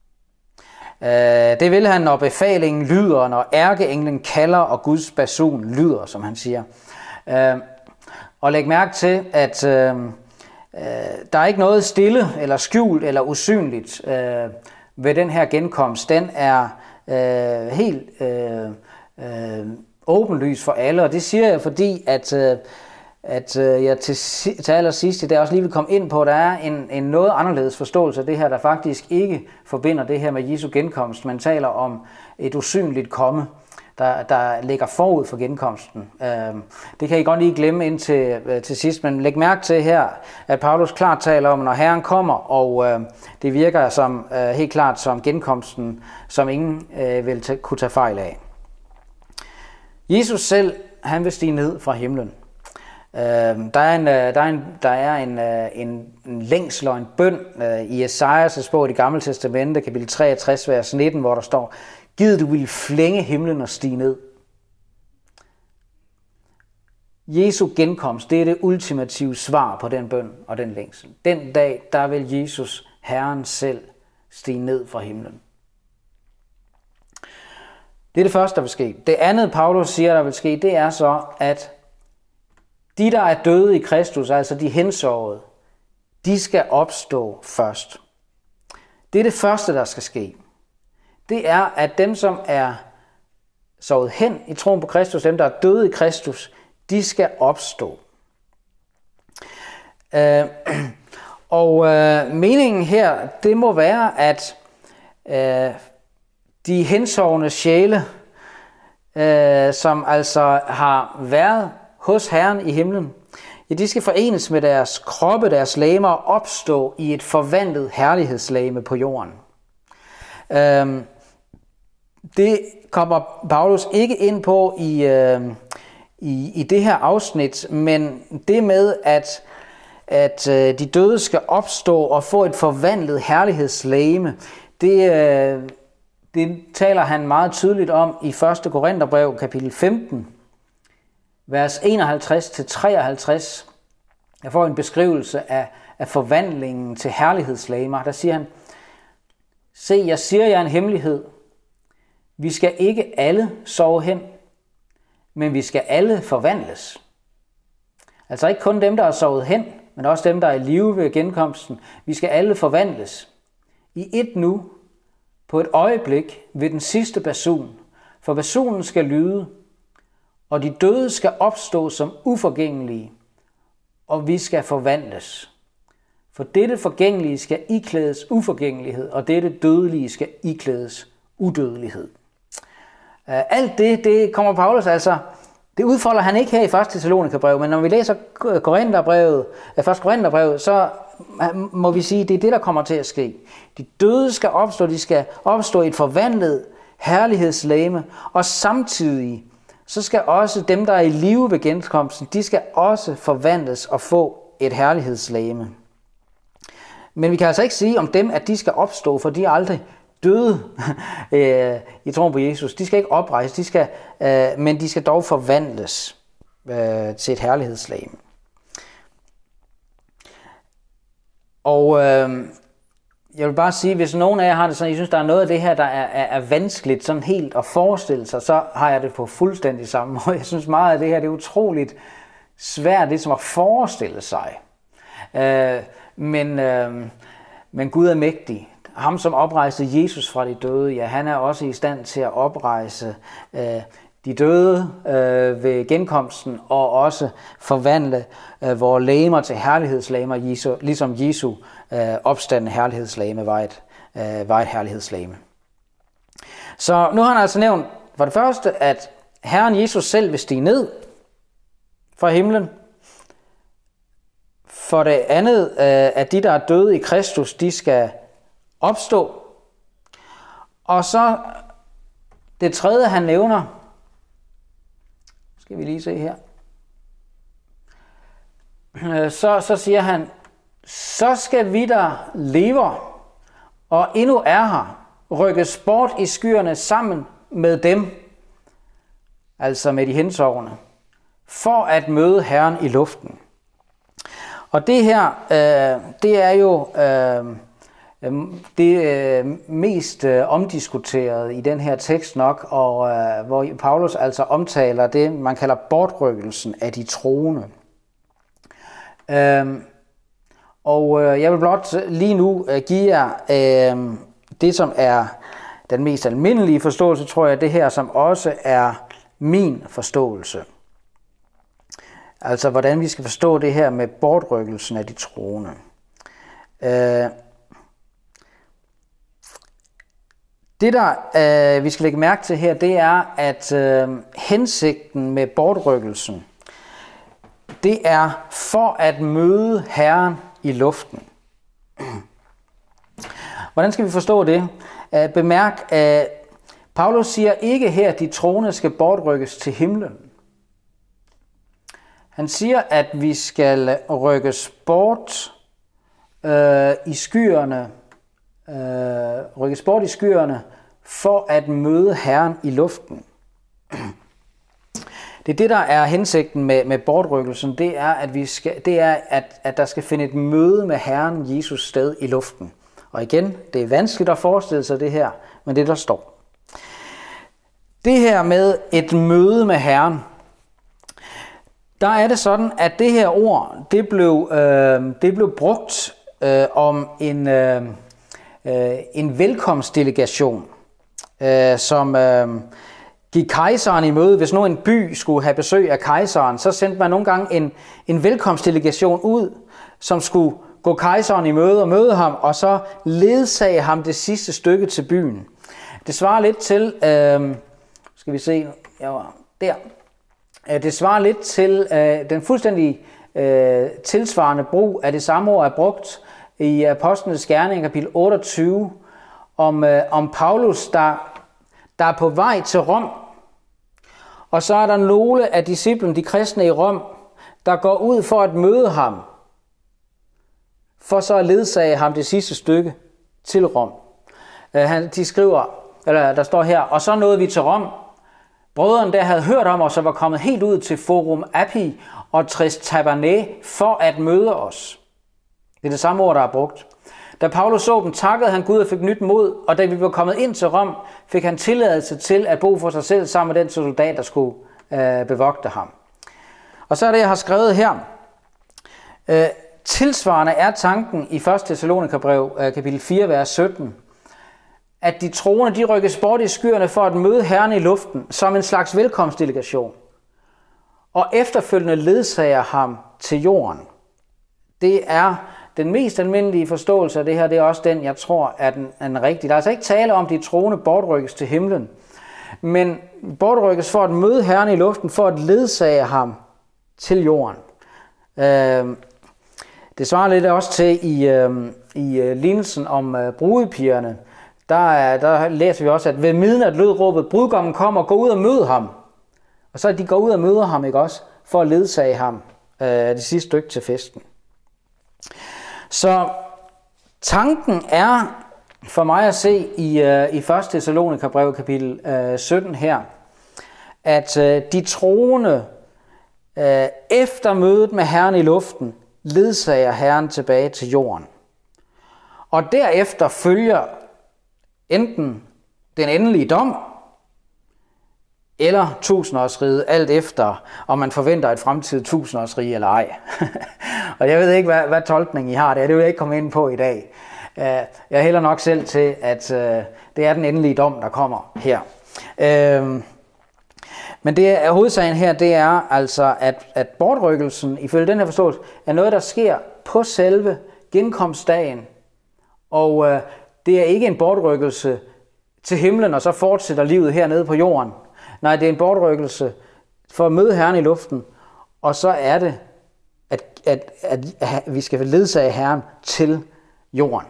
[SPEAKER 1] Det vil han, når befalingen lyder, når ærkeenglen kalder, og Guds basun lyder, som han siger. Og læg mærke til, at der er ikke noget stille, eller skjult, eller usynligt ved den her genkomst. Den er helt åbenlys for alle, og det siger jeg, fordi at jeg til allersidst, der også lige vil komme ind på, der er en noget anderledes forståelse af det her, der faktisk ikke forbinder det her med Jesu genkomst. Man taler om et usynligt komme, der ligger forud for genkomsten. Det kan I godt lige glemme ind til sidst, men læg mærke til her, at Paulus klart taler om, når Herren kommer, og det virker som helt klart som genkomsten, som ingen vil kunne tage fejl af. Jesus selv, han vil stige ned fra himlen. Der er en længsel og en bøn i Esajas bog i Det Gamle Testamente, kapitel 63, vers 19, hvor der står: Gid du vil flænge himlen og stige ned. Jesu genkomst, det er det ultimative svar på den bøn og den længsel. Den dag, der vil Jesus, Herren selv, stige ned fra himlen. Det er det første, der vil ske. Det andet, Paulus siger, der vil ske, det er så, at de, der er døde i Kristus, altså de hensovede, de skal opstå først. Det er det første, der skal ske. Det er, at dem, som er sovet hen i troen på Kristus, dem, der er døde i Kristus, de skal opstå. Meningen her, det må være, at de hensovne sjæle, som altså har været hos Herren i himlen, ja, de skal forenes med deres kroppe, deres legemer, og opstå i et forvandlet herlighedslegeme på jorden. Det kommer Paulus ikke ind på i det her afsnit, men det med, at de døde skal opstå og få et forvandlet herlighedslegeme, det taler han meget tydeligt om i 1. Korintherbrev, kapitel 15, vers 51-53. Jeg får en beskrivelse af forvandlingen til herlighedslegemer. Der siger han: Se, jeg siger jer en hemmelighed. Vi skal ikke alle sove hen, men vi skal alle forvandles. Altså ikke kun dem, der er sovet hen, men også dem, der er i live ved genkomsten. Vi skal alle forvandles. I et nu, på et øjeblik, ved den sidste basun. For basunen skal lyde, og de døde skal opstå som uforgængelige, og vi skal forvandles. For dette forgængelige skal iklædes uforgængelighed, og dette dødelige skal iklædes udødelighed. Alt det kommer Paulus altså, det udfolder han ikke her i 1. Thessalonikerbrev, men når vi læser 1. Korintherbrevet, så må vi sige, at det er det, der kommer til at ske. De døde skal opstå, de skal opstå i et forvandlet herlighedslegeme, og samtidig så skal også dem, der er i live ved genkomsten, de skal også forvandles og få et herlighedslegeme. Men vi kan altså ikke sige om dem, at de skal opstå, for de er aldrig døde i troen på Jesus. De skal ikke oprejse, men de skal dog forvandles til et herlighedslegeme. Og jeg vil bare sige, hvis nogen af jer har det sådan, jeg synes, der er noget af det her, der er vanskeligt sådan helt at forestille sig, så har jeg det på fuldstændig samme måde. Jeg synes meget af det her, det er utroligt svært ligesom at forestille sig. Men Gud er mægtig. Ham, som oprejste Jesus fra de døde, ja, han er også i stand til at oprejse de døde ved genkomsten, og også forvandle vores legemer til herlighedslegemer, ligesom Jesu opstandende herlighedslegeme var et herlighedslegeme. Så nu har han altså nævnt for det første, at Herren Jesus selv vil stige ned fra himlen. For det andet, at de, der er døde i Kristus, de skal opstå. Og så det tredje, han nævner, skal vi lige se her, så siger han, så skal vi, der lever og endnu er her, rykkes bort i skyerne sammen med dem, altså med de hensovne, for at møde Herren i luften. Og det her, det er jo det mest omdiskuteret i den her tekst nok, og hvor Paulus altså omtaler det, man kalder bortrykkelsen af de troende. Og jeg vil blot lige nu give jer det, som er den mest almindelige forståelse, tror jeg, det her, som også er min forståelse. Altså, hvordan vi skal forstå det her med bortrykkelsen af de troende. Det, der vi skal lægge mærke til her, det er, at hensigten med bortrykkelsen, det er for at møde Herren i luften. Hvordan skal vi forstå det? Bemærk, at Paulus siger ikke her, at de troende skal bortrykkes til himlen. Han siger, at vi skal rykkes bort i skyerne, for at møde Herren i luften. Det er det, der er hensigten med bortrykkelsen, det er, at der skal finde et møde med Herren Jesus sted i luften. Og igen, det er vanskeligt at forestille sig det her, men det der står. Det her med et møde med Herren, der er det sådan, at det her ord, det blev brugt om en velkomstdelegation, som gik kejseren i møde. Hvis nu en by skulle have besøg af kejseren, så sendte man nogle gange en velkomstdelegation ud, som skulle gå kejseren i møde og møde ham, og så ledsage ham det sidste stykke til byen. Det svarer lidt til, skal vi se, jeg var der. Det svarer lidt til den fuldstændig tilsvarende brug af det samme ord er brugt i Apostlenes Gerninger kapitel 28 om Paulus, der er på vej til Rom. Og så er der nogle af disciplen, de kristne i Rom, der går ud for at møde ham, for så at ledsage ham det sidste stykke til Rom. De skriver, eller der står her, og så nåede vi til Rom. Brødrene der havde hørt om os og var kommet helt ud til Forum Appi og Tres Tabernae for at møde os. Det er det samme ord, der er brugt. Da Paulus så dem, takkede han Gud og fik nyt mod, og da vi var kommet ind til Rom, fik han tilladelse til at bo for sig selv sammen med den soldat, der skulle bevogte ham. Og så er det, jeg har skrevet her. Tilsvarende er tanken i 1. Thessalonikerbrev, kapitel 4, vers 17, at de troende, de rykkes bort i skyerne for at møde Herren i luften, som en slags velkomstdelegation, og efterfølgende ledsager ham til jorden. Det er den mest almindelige forståelse af det her, det er også den, jeg tror, er den rigtige. Der er altså ikke tale om, at de troende bortrykkes til himlen, men bortrykkes for at møde Herren i luften, for at ledsage ham til jorden. Det svarer lidt også til i lignelsen om brudepigerne. Der læser vi også, at ved midnat lød råbet, brudgommen kommer, gå ud og møde ham. Og så de går ud og møder ham, ikke også, for at ledsage ham det sidste stykke til festen. Så tanken er for mig at se i 1. Thessalonikerbrev kapitel 17 her, at de troende efter mødet med Herren i luften ledsager Herren tilbage til jorden. Og derefter følger enten den endelige dom, eller tusindårsriget, alt efter, om man forventer et fremtidigt tusindårsrige eller ej. Og jeg ved ikke, hvad tolkning I har der. Det vil jeg ikke komme ind på i dag. Jeg hælder nok selv til, at det er den endelige dom, der kommer her. Men det er hovedsagen her, det er altså, at bortrykkelsen, ifølge den her forståelse, er noget, der sker på selve genkomstdagen. Og det er ikke en bortrykkelse til himlen, og så fortsætter livet hernede på jorden. Nej, det er en bortrykkelse for at møde Herren i luften, og så er det, at vi skal ledsage Herren til jorden.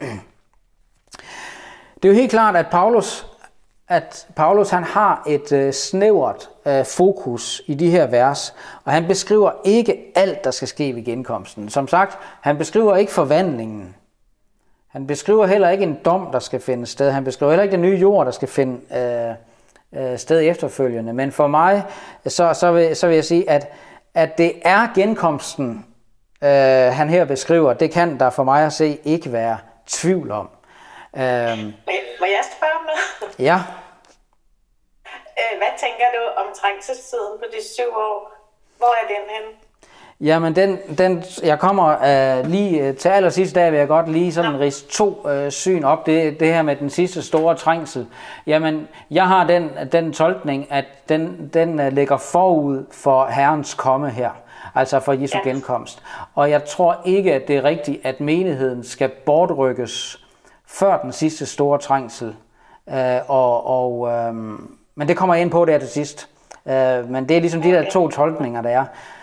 [SPEAKER 1] Det er jo helt klart, at Paulus han har et snævert fokus i de her vers, og han beskriver ikke alt, der skal ske ved genkomsten. Som sagt, han beskriver ikke forvandlingen. Han beskriver heller ikke en dom, der skal finde sted. Han beskriver heller ikke den nye jord, der skal finde sted efterfølgende. Men for mig, så vil jeg sige, at det er genkomsten, han her beskriver. Det kan der for mig at se ikke være tvivl om.
[SPEAKER 2] Må jeg spørge om noget?
[SPEAKER 1] Ja.
[SPEAKER 2] Hvad tænker du om trængselstiden på de 7 år? Hvor er den henne?
[SPEAKER 1] Jamen, jeg kommer lige til allersidst dag, vil jeg godt lige sådan ridse 2 syn op. Det her med den sidste store trængsel. Jamen, jeg har den tolkning, at den ligger forud for Herrens komme her. Altså for Jesu genkomst. Og jeg tror ikke, at det er rigtigt, at menigheden skal bortrykkes før den sidste store trængsel. Men det kommer jeg ind på der til sidst. Men det er ligesom de der 2 tolkninger, der er.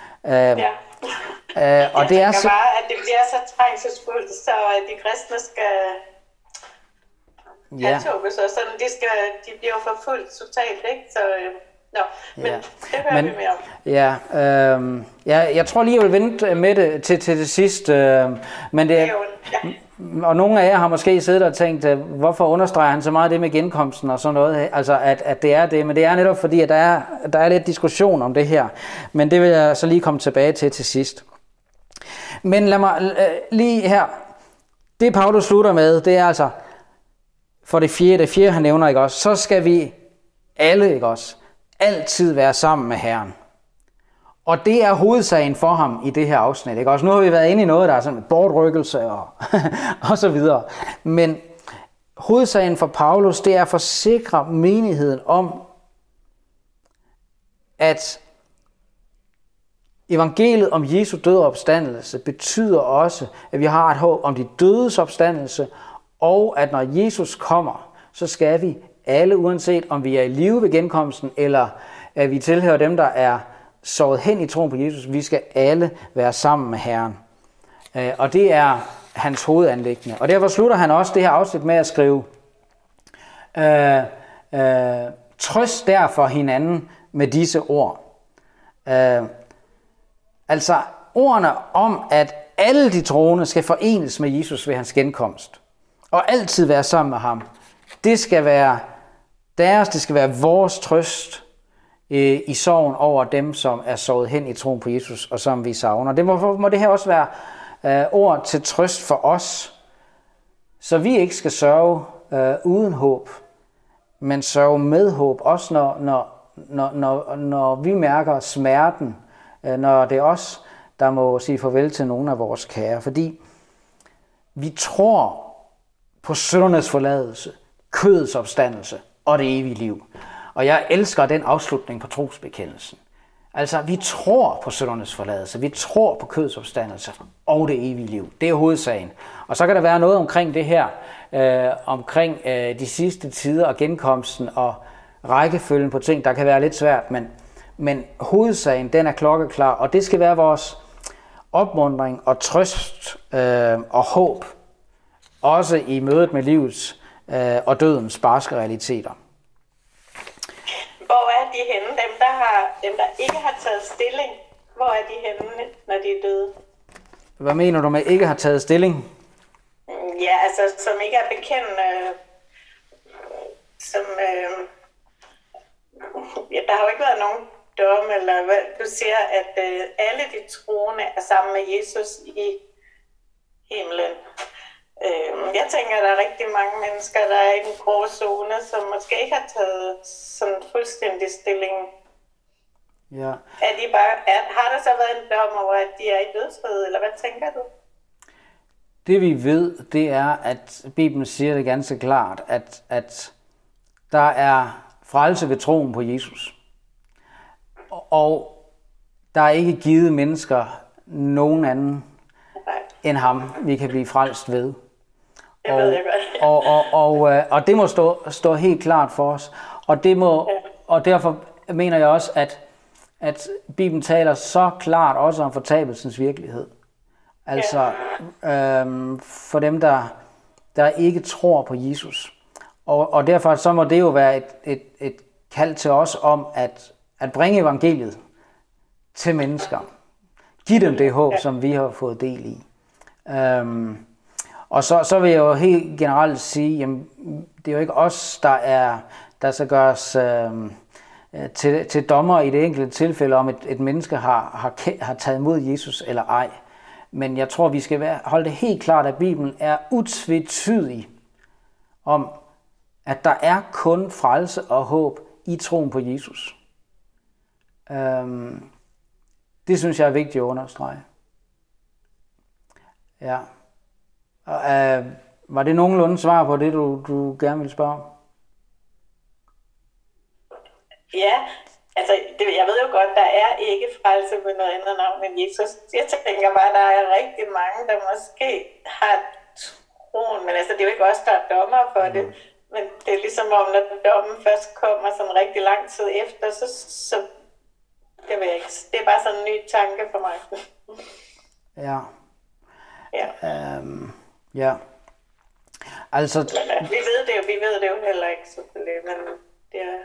[SPEAKER 1] Og det er så
[SPEAKER 2] bare, at det bliver så trængselsfuldt, så de kristne skal halshugges, og sådan de bliver forfulgt totalt, ikke? Så det hører vi mere om.
[SPEAKER 1] Jeg tror lige, jeg vil vente med det til det sidste, men det er og nogle af jer har måske siddet og tænkt, hvorfor understreger han så meget det med genkomsten og sådan noget, altså at det er det, men det er netop fordi, at der er lidt diskussion om det her, men det vil jeg så lige komme tilbage til sidst. Men lad mig lige her, det Paulus slutter med, det er altså, for det fjerde han nævner, ikke også, så skal vi alle, ikke også, altid være sammen med Herren. Og det er hovedsagen for ham i det her afsnit. Ikke? Også nu har vi været inde i noget, der er sådan bortrykkelse og så videre. Men hovedsagen for Paulus, det er at forsikre menigheden om, at evangeliet om Jesu død og opstandelse betyder også, at vi har et håb om de dødes opstandelse, og at når Jesus kommer, så skal vi alle, uanset om vi er i live ved genkomsten, eller at vi tilhører dem, der er såret hen i troen på Jesus, vi skal alle være sammen med Herren. Og det er hans hovedanliggende. Og derfor slutter han også det her afsnit med at skrive, trøst derfor hinanden med disse ord. Altså ordene om, at alle de troende skal forenes med Jesus ved hans genkomst, og altid være sammen med ham, det skal være deres, det skal være vores trøst i sorgen over dem, som er såret hen i troen på Jesus, og som vi savner. Det må det her også være ord til trøst for os, så vi ikke skal sørge uden håb, men sørge med håb, også når vi mærker smerten, når det er os, der må sige farvel til nogle af vores kære. Fordi vi tror på syndernes forladelse, kødets opstandelse og det evige liv. Og jeg elsker den afslutning på trosbekendelsen. Altså, vi tror på syndernes forladelse, vi tror på kødets opstandelse og det evige liv. Det er hovedsagen. Og så kan der være noget omkring det her, omkring de sidste tider og genkomsten og rækkefølgen på ting, der kan være lidt svært, men hovedsagen, den er klokkeklar, og det skal være vores opmuntring og trøst og håb, også i mødet med livets og dødens barske realiteter.
[SPEAKER 2] Hvor er de henne? Dem, der ikke har taget stilling, hvor er de henne, når de er døde?
[SPEAKER 1] Hvad mener du med ikke har taget stilling?
[SPEAKER 2] Ja, altså som ikke er bekendt, der har jo ikke været nogen dom, eller hvad du siger, at alle de troende er sammen med Jesus i himlen. Jeg tænker, at der er rigtig mange mennesker, der er i den grå zone, som måske ikke har taget sådan fuldstændig stilling.
[SPEAKER 1] Ja.
[SPEAKER 2] Har der så været en dom over, at de er i dødsriget, eller hvad tænker du?
[SPEAKER 1] Det vi ved, det er, at Bibelen siger det ganske klart, at der er frelse ved troen på Jesus. Og der er ikke givet mennesker nogen anden end ham, vi kan blive frelst ved. Og det må stå helt klart for os. Og derfor mener jeg også, at Bibelen taler så klart også om fortabelsens virkelighed. Altså for dem, der ikke tror på Jesus. Og derfor så må det jo være et kald til os om at bringe evangeliet til mennesker. Giv dem det håb, som vi har fået del i. Og så vil jeg jo helt generelt sige, jamen, det er jo ikke os, der skal gøres til dommer i det enkelte tilfælde, om et menneske har taget imod Jesus eller ej. Men jeg tror, vi skal holde det helt klart, at Bibelen er utvetydig om, at der er kun frelse og håb i troen på Jesus. Det synes jeg er vigtigt at understrege. Ja. Var det nogenlunde svar på det, du gerne ville spørge om?
[SPEAKER 2] Ja, altså jeg ved jo godt, der er ikke frelse med noget andet navn end Jesus. Jeg tænker bare, der er rigtig mange, der måske har troen, men altså det er jo ikke os, der er dommer for det. Men det er ligesom om, når dommen først kommer sådan rigtig lang tid efter, så det ved jeg ikke. Det er bare sådan en ny tanke for mig.
[SPEAKER 1] Ja. Ja. Altså...
[SPEAKER 2] Men, vi ved det jo heller ikke, selvfølgelig, men det er...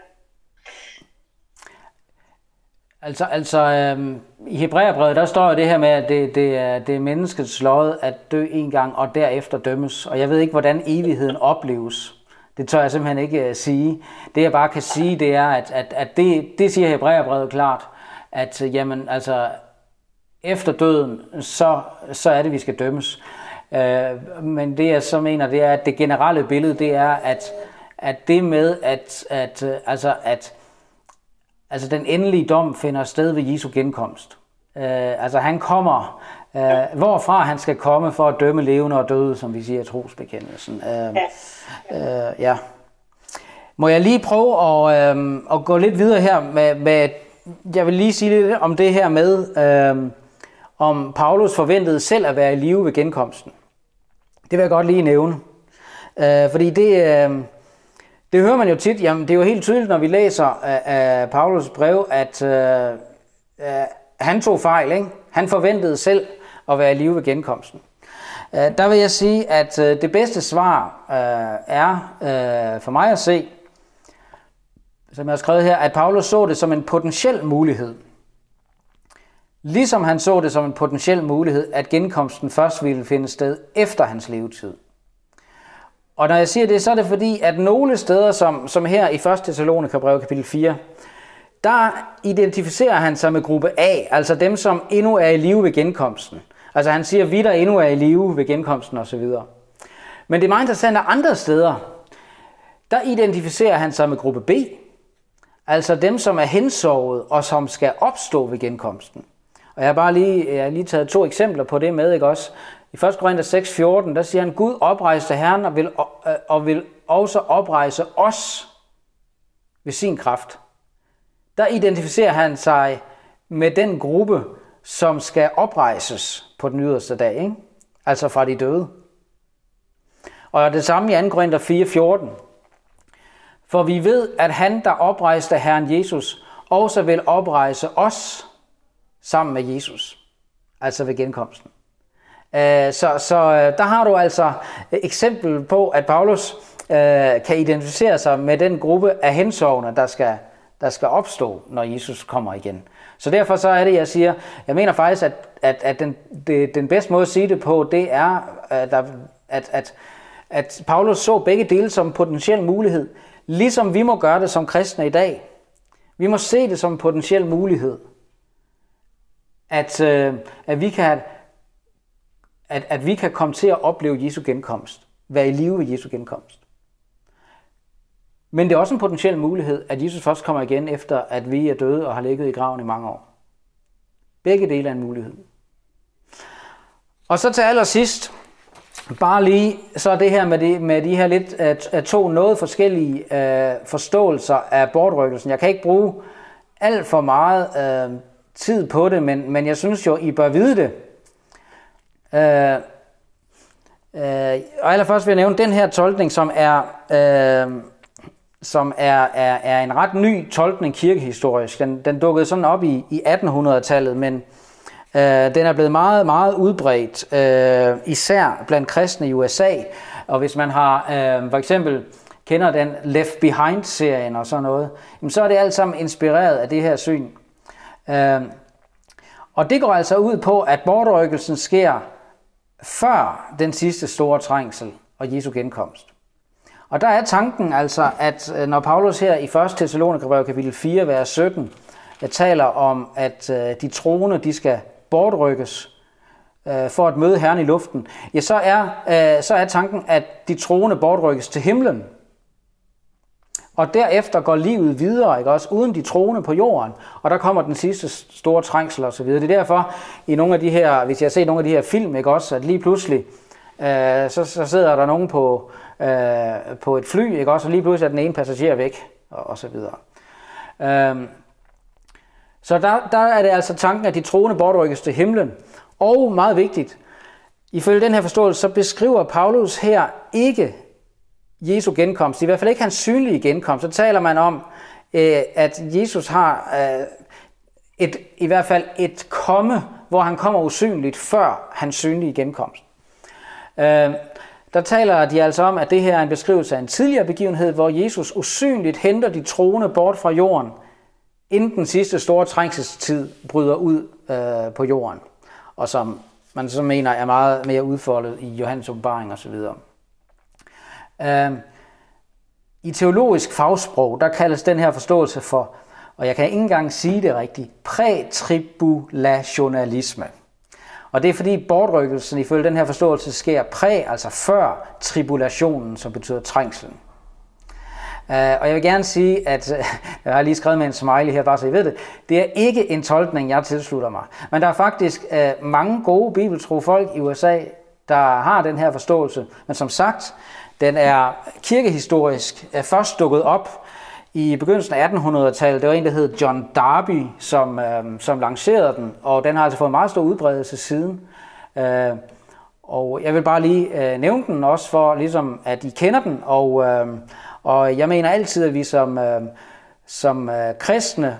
[SPEAKER 1] I Hebræerbrevet, der står jo det her med, at det er menneskets lod at dø en gang og derefter dømmes. Og jeg ved ikke, hvordan evigheden opleves. Det tør jeg simpelthen ikke sige. Det jeg bare kan sige, det er, at det siger Hebræerbrevet klart, at jamen, altså, efter døden, så er det, vi skal dømmes. Men det jeg så mener, det er, at det generelle billede, det er, at det med, altså den endelige dom finder sted ved Jesu genkomst. Altså han kommer, hvorfra han skal komme for at dømme levende og døde, som vi siger i trosbekendelsen. Ja. Må jeg lige prøve at gå lidt videre her med jeg vil lige sige lidt om det her med, om Paulus forventede selv at være i live ved genkomsten. Det vil jeg godt lige nævne. Fordi det hører man jo tit. Jamen, det er jo helt tydeligt, når vi læser af Paulus' brev, at han tog fejl. Ikke? Han forventede selv at være i live ved genkomsten. Der vil jeg sige, at det bedste svar er for mig at se, som jeg har skrevet her, at Paulus så det som en potentiel mulighed. Ligesom han så det som en potentiel mulighed, at genkomsten først ville finde sted efter hans levetid. Og når jeg siger det, så er det fordi, at nogle steder, som her i 1. Thessalonikerbrev kapitel 4, der identificerer han sig med gruppe A, altså dem, som endnu er i live ved genkomsten. Altså han siger, vi der endnu er i live ved genkomsten osv. Men det er meget interessant, at andre steder, der identificerer han sig med gruppe B, altså dem, som er hensovet og som skal opstå ved genkomsten. Og jeg har lige taget 2 eksempler på det med, ikke også? I 1. Korinther 6:14, der siger han, Gud oprejste Herren og vil også oprejse os ved sin kraft. Der identificerer han sig med den gruppe, som skal oprejses på den yderste dag, ikke? Altså fra de døde. Og det samme i 2. Korinther 4:14. For vi ved, at han, der oprejste Herren Jesus, også vil oprejse os sammen med Jesus. Altså ved genkomsten. Så der har du altså et eksempel på, at Paulus kan identificere sig med den gruppe af hensovne, der skal opstå, når Jesus kommer igen. Så derfor så er det, jeg siger, jeg mener faktisk, at den bedste måde at sige det på, det er, at Paulus så begge dele som potentiel mulighed, ligesom vi må gøre det som kristne i dag. Vi må se det som en potentiel mulighed, at vi kan at vi kan komme til at opleve Jesu genkomst, være i live ved Jesu genkomst. Men det er også en potentiel mulighed, at Jesus først kommer igen efter, at vi er døde og har ligget i graven i mange år. Begge dele er en mulighed. Og så til allersidst, bare lige så det her med de her lidt at to noget forskellige forståelser af bortrykkelsen. Jeg kan ikke bruge alt for meget tid på det, men jeg synes jo, I bør vide det. Og allerførst vil jeg nævne den her tolkning, som er en ret ny tolkning kirkehistorisk. Den dukkede sådan op i 1800-tallet, men den er blevet meget, meget udbredt, især blandt kristne i USA. Og hvis man har for eksempel kender den Left Behind-serien og sådan noget, så er det alt sammen inspireret af det her syn. Og det går altså ud på, at bortrykkelsen sker før den sidste store trængsel og Jesu genkomst. Og der er tanken altså, at når Paulus her i 1. Thessalonikerbrev kapitel 4, vers 17, taler om, at de troende, de skal bortrykkes for at møde Herren i luften, ja, så er tanken, at de troende bortrykkes til himlen. Og derefter går livet videre, ikke også, uden de troende på jorden. Og der kommer den sidste store trængsel og så videre. Det er derfor, i nogle af de her, hvis jeg har set nogle af de her film, ikke også, at lige pludselig, så sidder der nogen på et fly, ikke også, og lige pludselig er den ene passager væk, og så videre. Så der er det altså tanken, at de troende bortrykkes til himlen. Og meget vigtigt, ifølge den her forståelse, så beskriver Paulus her ikke Jesu genkomst, i hvert fald ikke hans synlige genkomst. Så taler man om, at Jesus har i hvert fald et komme, hvor han kommer usynligt før hans synlige genkomst. Der taler de altså om, at det her er en beskrivelse af en tidligere begivenhed, hvor Jesus usynligt henter de troende bort fra jorden, inden den sidste store trængselstid bryder ud på jorden, og som man så mener er meget mere udfoldet i Johannes åbenbaring osv. I teologisk fagsprog, der kaldes den her forståelse for, og jeg kan ikke engang sige det rigtigt, prætribulationalisme. Og det er fordi bortrykkelsen ifølge den her forståelse sker altså før tribulationen, som betyder trængslen. Og jeg vil gerne sige, at jeg har lige skrevet med en smiley her, bare så I ved det, det er ikke en tolkning, jeg tilslutter mig. Men der er faktisk mange gode bibeltro folk i USA, der har den her forståelse. Men som sagt, den er kirkehistorisk først dukket op i begyndelsen af 1800-tallet. Det var en, der hed John Darby, som lancerede den, og den har altså fået meget stor udbredelse siden. Og jeg vil bare lige nævne den også for, ligesom, at I kender den, og jeg mener altid, at vi som kristne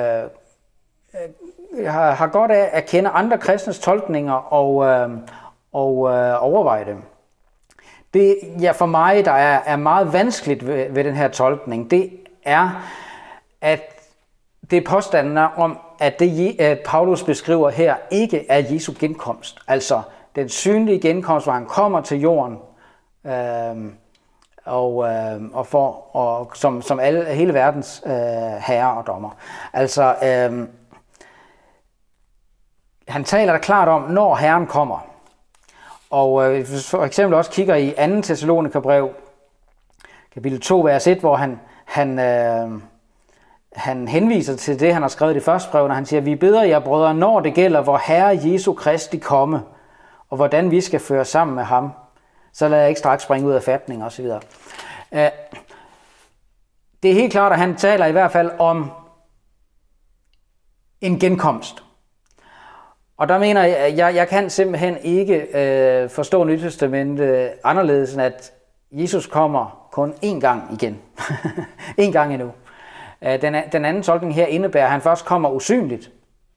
[SPEAKER 1] har godt af at kende andre kristnes tolkninger og overveje dem. Det for mig, der er meget vanskeligt ved den her tolkning, det er, at det er påstanden om, at det Paulus beskriver her, ikke er Jesu genkomst. Altså den synlige genkomst, hvor han kommer til jorden, som hele verdens herre og dommer. Altså, han taler der klart om, når Herren kommer. Og hvis for eksempel også kigger i 2. Thessalonikerbrev, kapitel 2, vers 1, hvor han henviser til det, han har skrevet i det første brev, når han siger, vi beder jer, brødre, når det gælder, hvor Herre Jesu Kristi komme, og hvordan vi skal føre sammen med ham. Så lader jeg ikke straks springe ud af fatning og så videre. Det er helt klart, at han taler i hvert fald om en genkomst. Og der mener jeg kan simpelthen ikke forstå Nyt Testamentet anderledes, end at Jesus kommer kun én gang igen. En gang endnu. Den anden tolkning her indebærer, at han først kommer usynligt.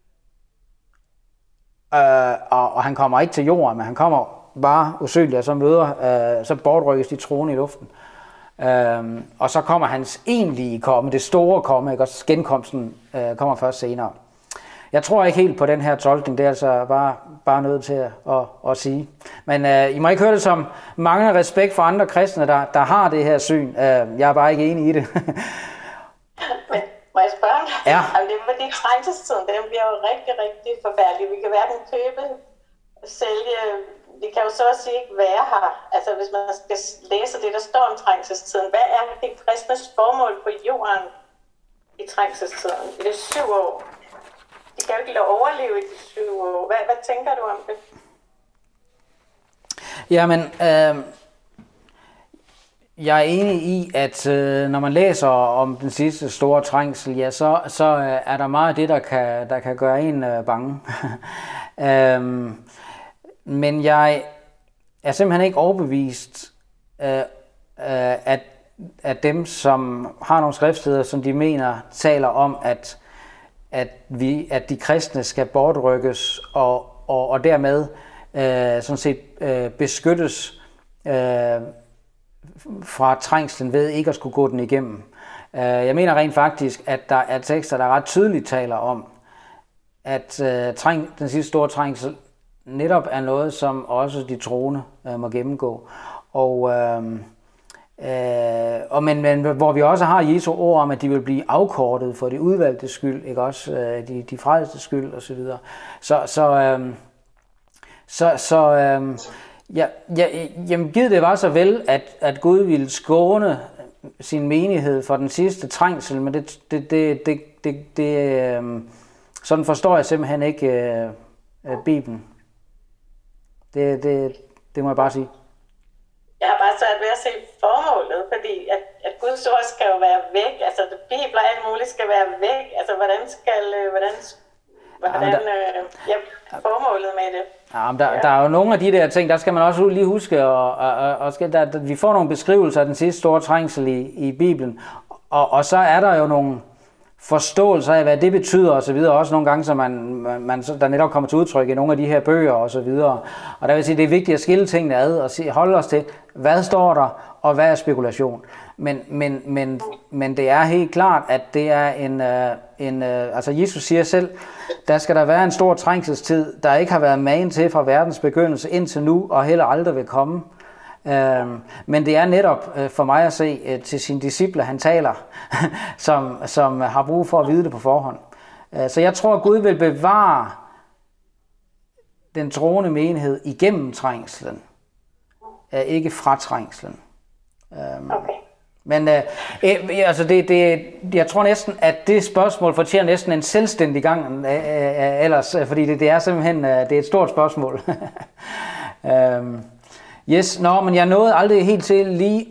[SPEAKER 1] Og han kommer ikke til jorden, men han kommer bare usynligt, og så bortrykkes de troende i luften. Og så kommer hans egentlige komme, det store komme, ikke? Og genkomsten kommer først senere. Jeg tror ikke helt på den her tolkning, det er altså bare nødt til at sige. Men I må ikke høre det som manglende respekt for andre kristne, der har det her syn. Jeg er bare ikke enig i det.
[SPEAKER 2] Men må jeg spørge dig?
[SPEAKER 1] Ja.
[SPEAKER 2] Jamen, det er fordi trængselstiden, den bliver jo rigtig, rigtig forfærdelig. Vi kan hverken købe, sælge, vi kan jo så at sige ikke være her. Altså hvis man skal læse det, der står om trængselstiden. Hvad er det kristnes formål på jorden i trængselstiden? I det 7 år. De kan jo ikke overleve i de 7 år. Hvad tænker du om det?
[SPEAKER 1] Jamen, jeg er enig i, at når man læser om den sidste store trængsel, ja, så er der meget af det, der kan gøre en bange. Men jeg er simpelthen ikke overbevist at dem, som har nogle skriftsteder, som de mener taler om, at de kristne skal bortrykkes og dermed sådan set beskyttes fra trængslen ved ikke at skulle gå den igennem. Jeg mener rent faktisk, at der er tekster, der ret tydeligt taler om, at den sidste store trængsel netop er noget, som også de troende må gennemgå. Men hvor vi også har Jesu ord om, at de vil blive afkortet for de udvalgte skyld, ikke også de frelste skyld osv. Jamen givet det var så vel, at Gud ville skåne sin menighed for den sidste trængsel, men sådan forstår jeg simpelthen ikke Bibelen. Det må jeg bare sige.
[SPEAKER 2] Jeg har bare svært ved at se formålet, fordi at Guds ord skal jo være væk. Altså, Bibler og alt muligt skal være væk. Altså, hvordan formålet med det.
[SPEAKER 1] Der er jo nogle af de der ting, der skal man også lige huske, vi får nogle beskrivelser af den sidste store trængsel i Bibelen, og så er der jo nogle forståelser af, hvad det betyder og så videre, også nogle gange, så der netop kommer til udtryk i nogle af de her bøger og så videre. Og der vil sige, det er vigtigt at skille tingene ad og holde os til, hvad står der, og hvad er spekulation. Men det er helt klart, at det er altså Jesus siger selv, der skal der være en stor trængselstid, der ikke har været magen til fra verdens begyndelse indtil nu, og heller aldrig vil komme. Men det er netop for mig at se til sine disciple, han taler, som har brug for at vide det på forhånd. Så jeg tror, at Gud vil bevare den troende menighed igennem trængslen, ikke fra trængslen.
[SPEAKER 2] Okay.
[SPEAKER 1] Men altså jeg tror næsten, at det spørgsmål fortjener næsten en selvstændig gang ellers, fordi det er simpelthen det er et stort spørgsmål. Yes, men jeg nåede aldrig helt til lige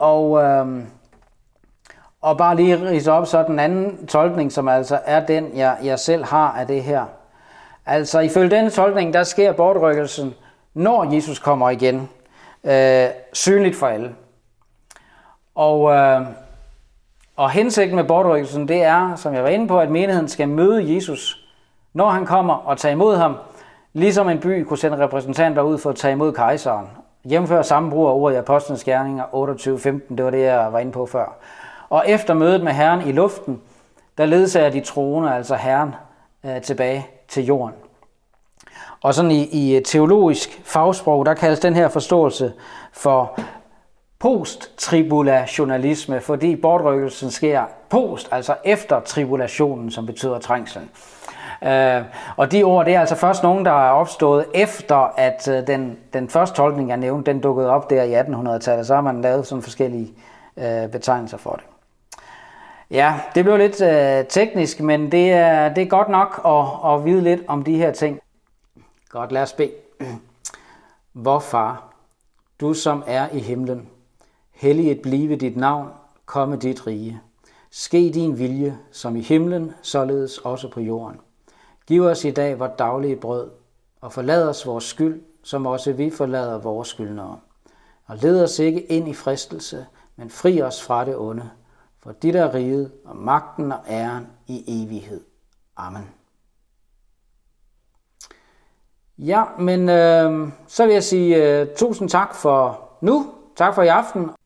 [SPEAKER 1] og bare lige ridse op så den anden tolkning, som altså er den, jeg selv har af det her. Altså ifølge denne tolkning, der sker bortrykkelsen, når Jesus kommer igen, synligt for alle. Og hensigten med bortrykkelsen, det er, som jeg var inde på, at menigheden skal møde Jesus, når han kommer og tage imod ham, ligesom en by kunne sende repræsentanter ud for at tage imod kejseren. Jævnfør samme brug af ordet i Apostlenes Gerninger 28:15, det var det, jeg var inde på før. Og efter mødet med Herren i luften, der ledsager de troende, altså Herren, tilbage til jorden. Og sådan i teologisk fagsprog, der kaldes den her forståelse for posttribulationalisme, fordi bortrykkelsen sker post, altså efter tribulationen, som betyder trængslen. Og de ord, det er altså først nogen, der er opstået efter, at den første tolkning, jeg nævnte, den dukkede op der i 1800-tallet. Så har man lavet sådan forskellige betegnelser for det. Ja, det blev lidt teknisk, men det er godt nok at vide lidt om de her ting. Godt, lad os bede. Vor Far, du som er i himlen, helliget blive dit navn, komme dit rige. Ske din vilje, som i himlen, således også på jorden. Giv os i dag vort daglige brød, og forlad os vores skyld, som også vi forlader vores skyldnere. Og led os ikke ind i fristelse, men fri os fra det onde. For dit er riget, og magten og æren i evighed. Amen. Ja, men så vil jeg sige tusind tak for nu. Tak for i aften.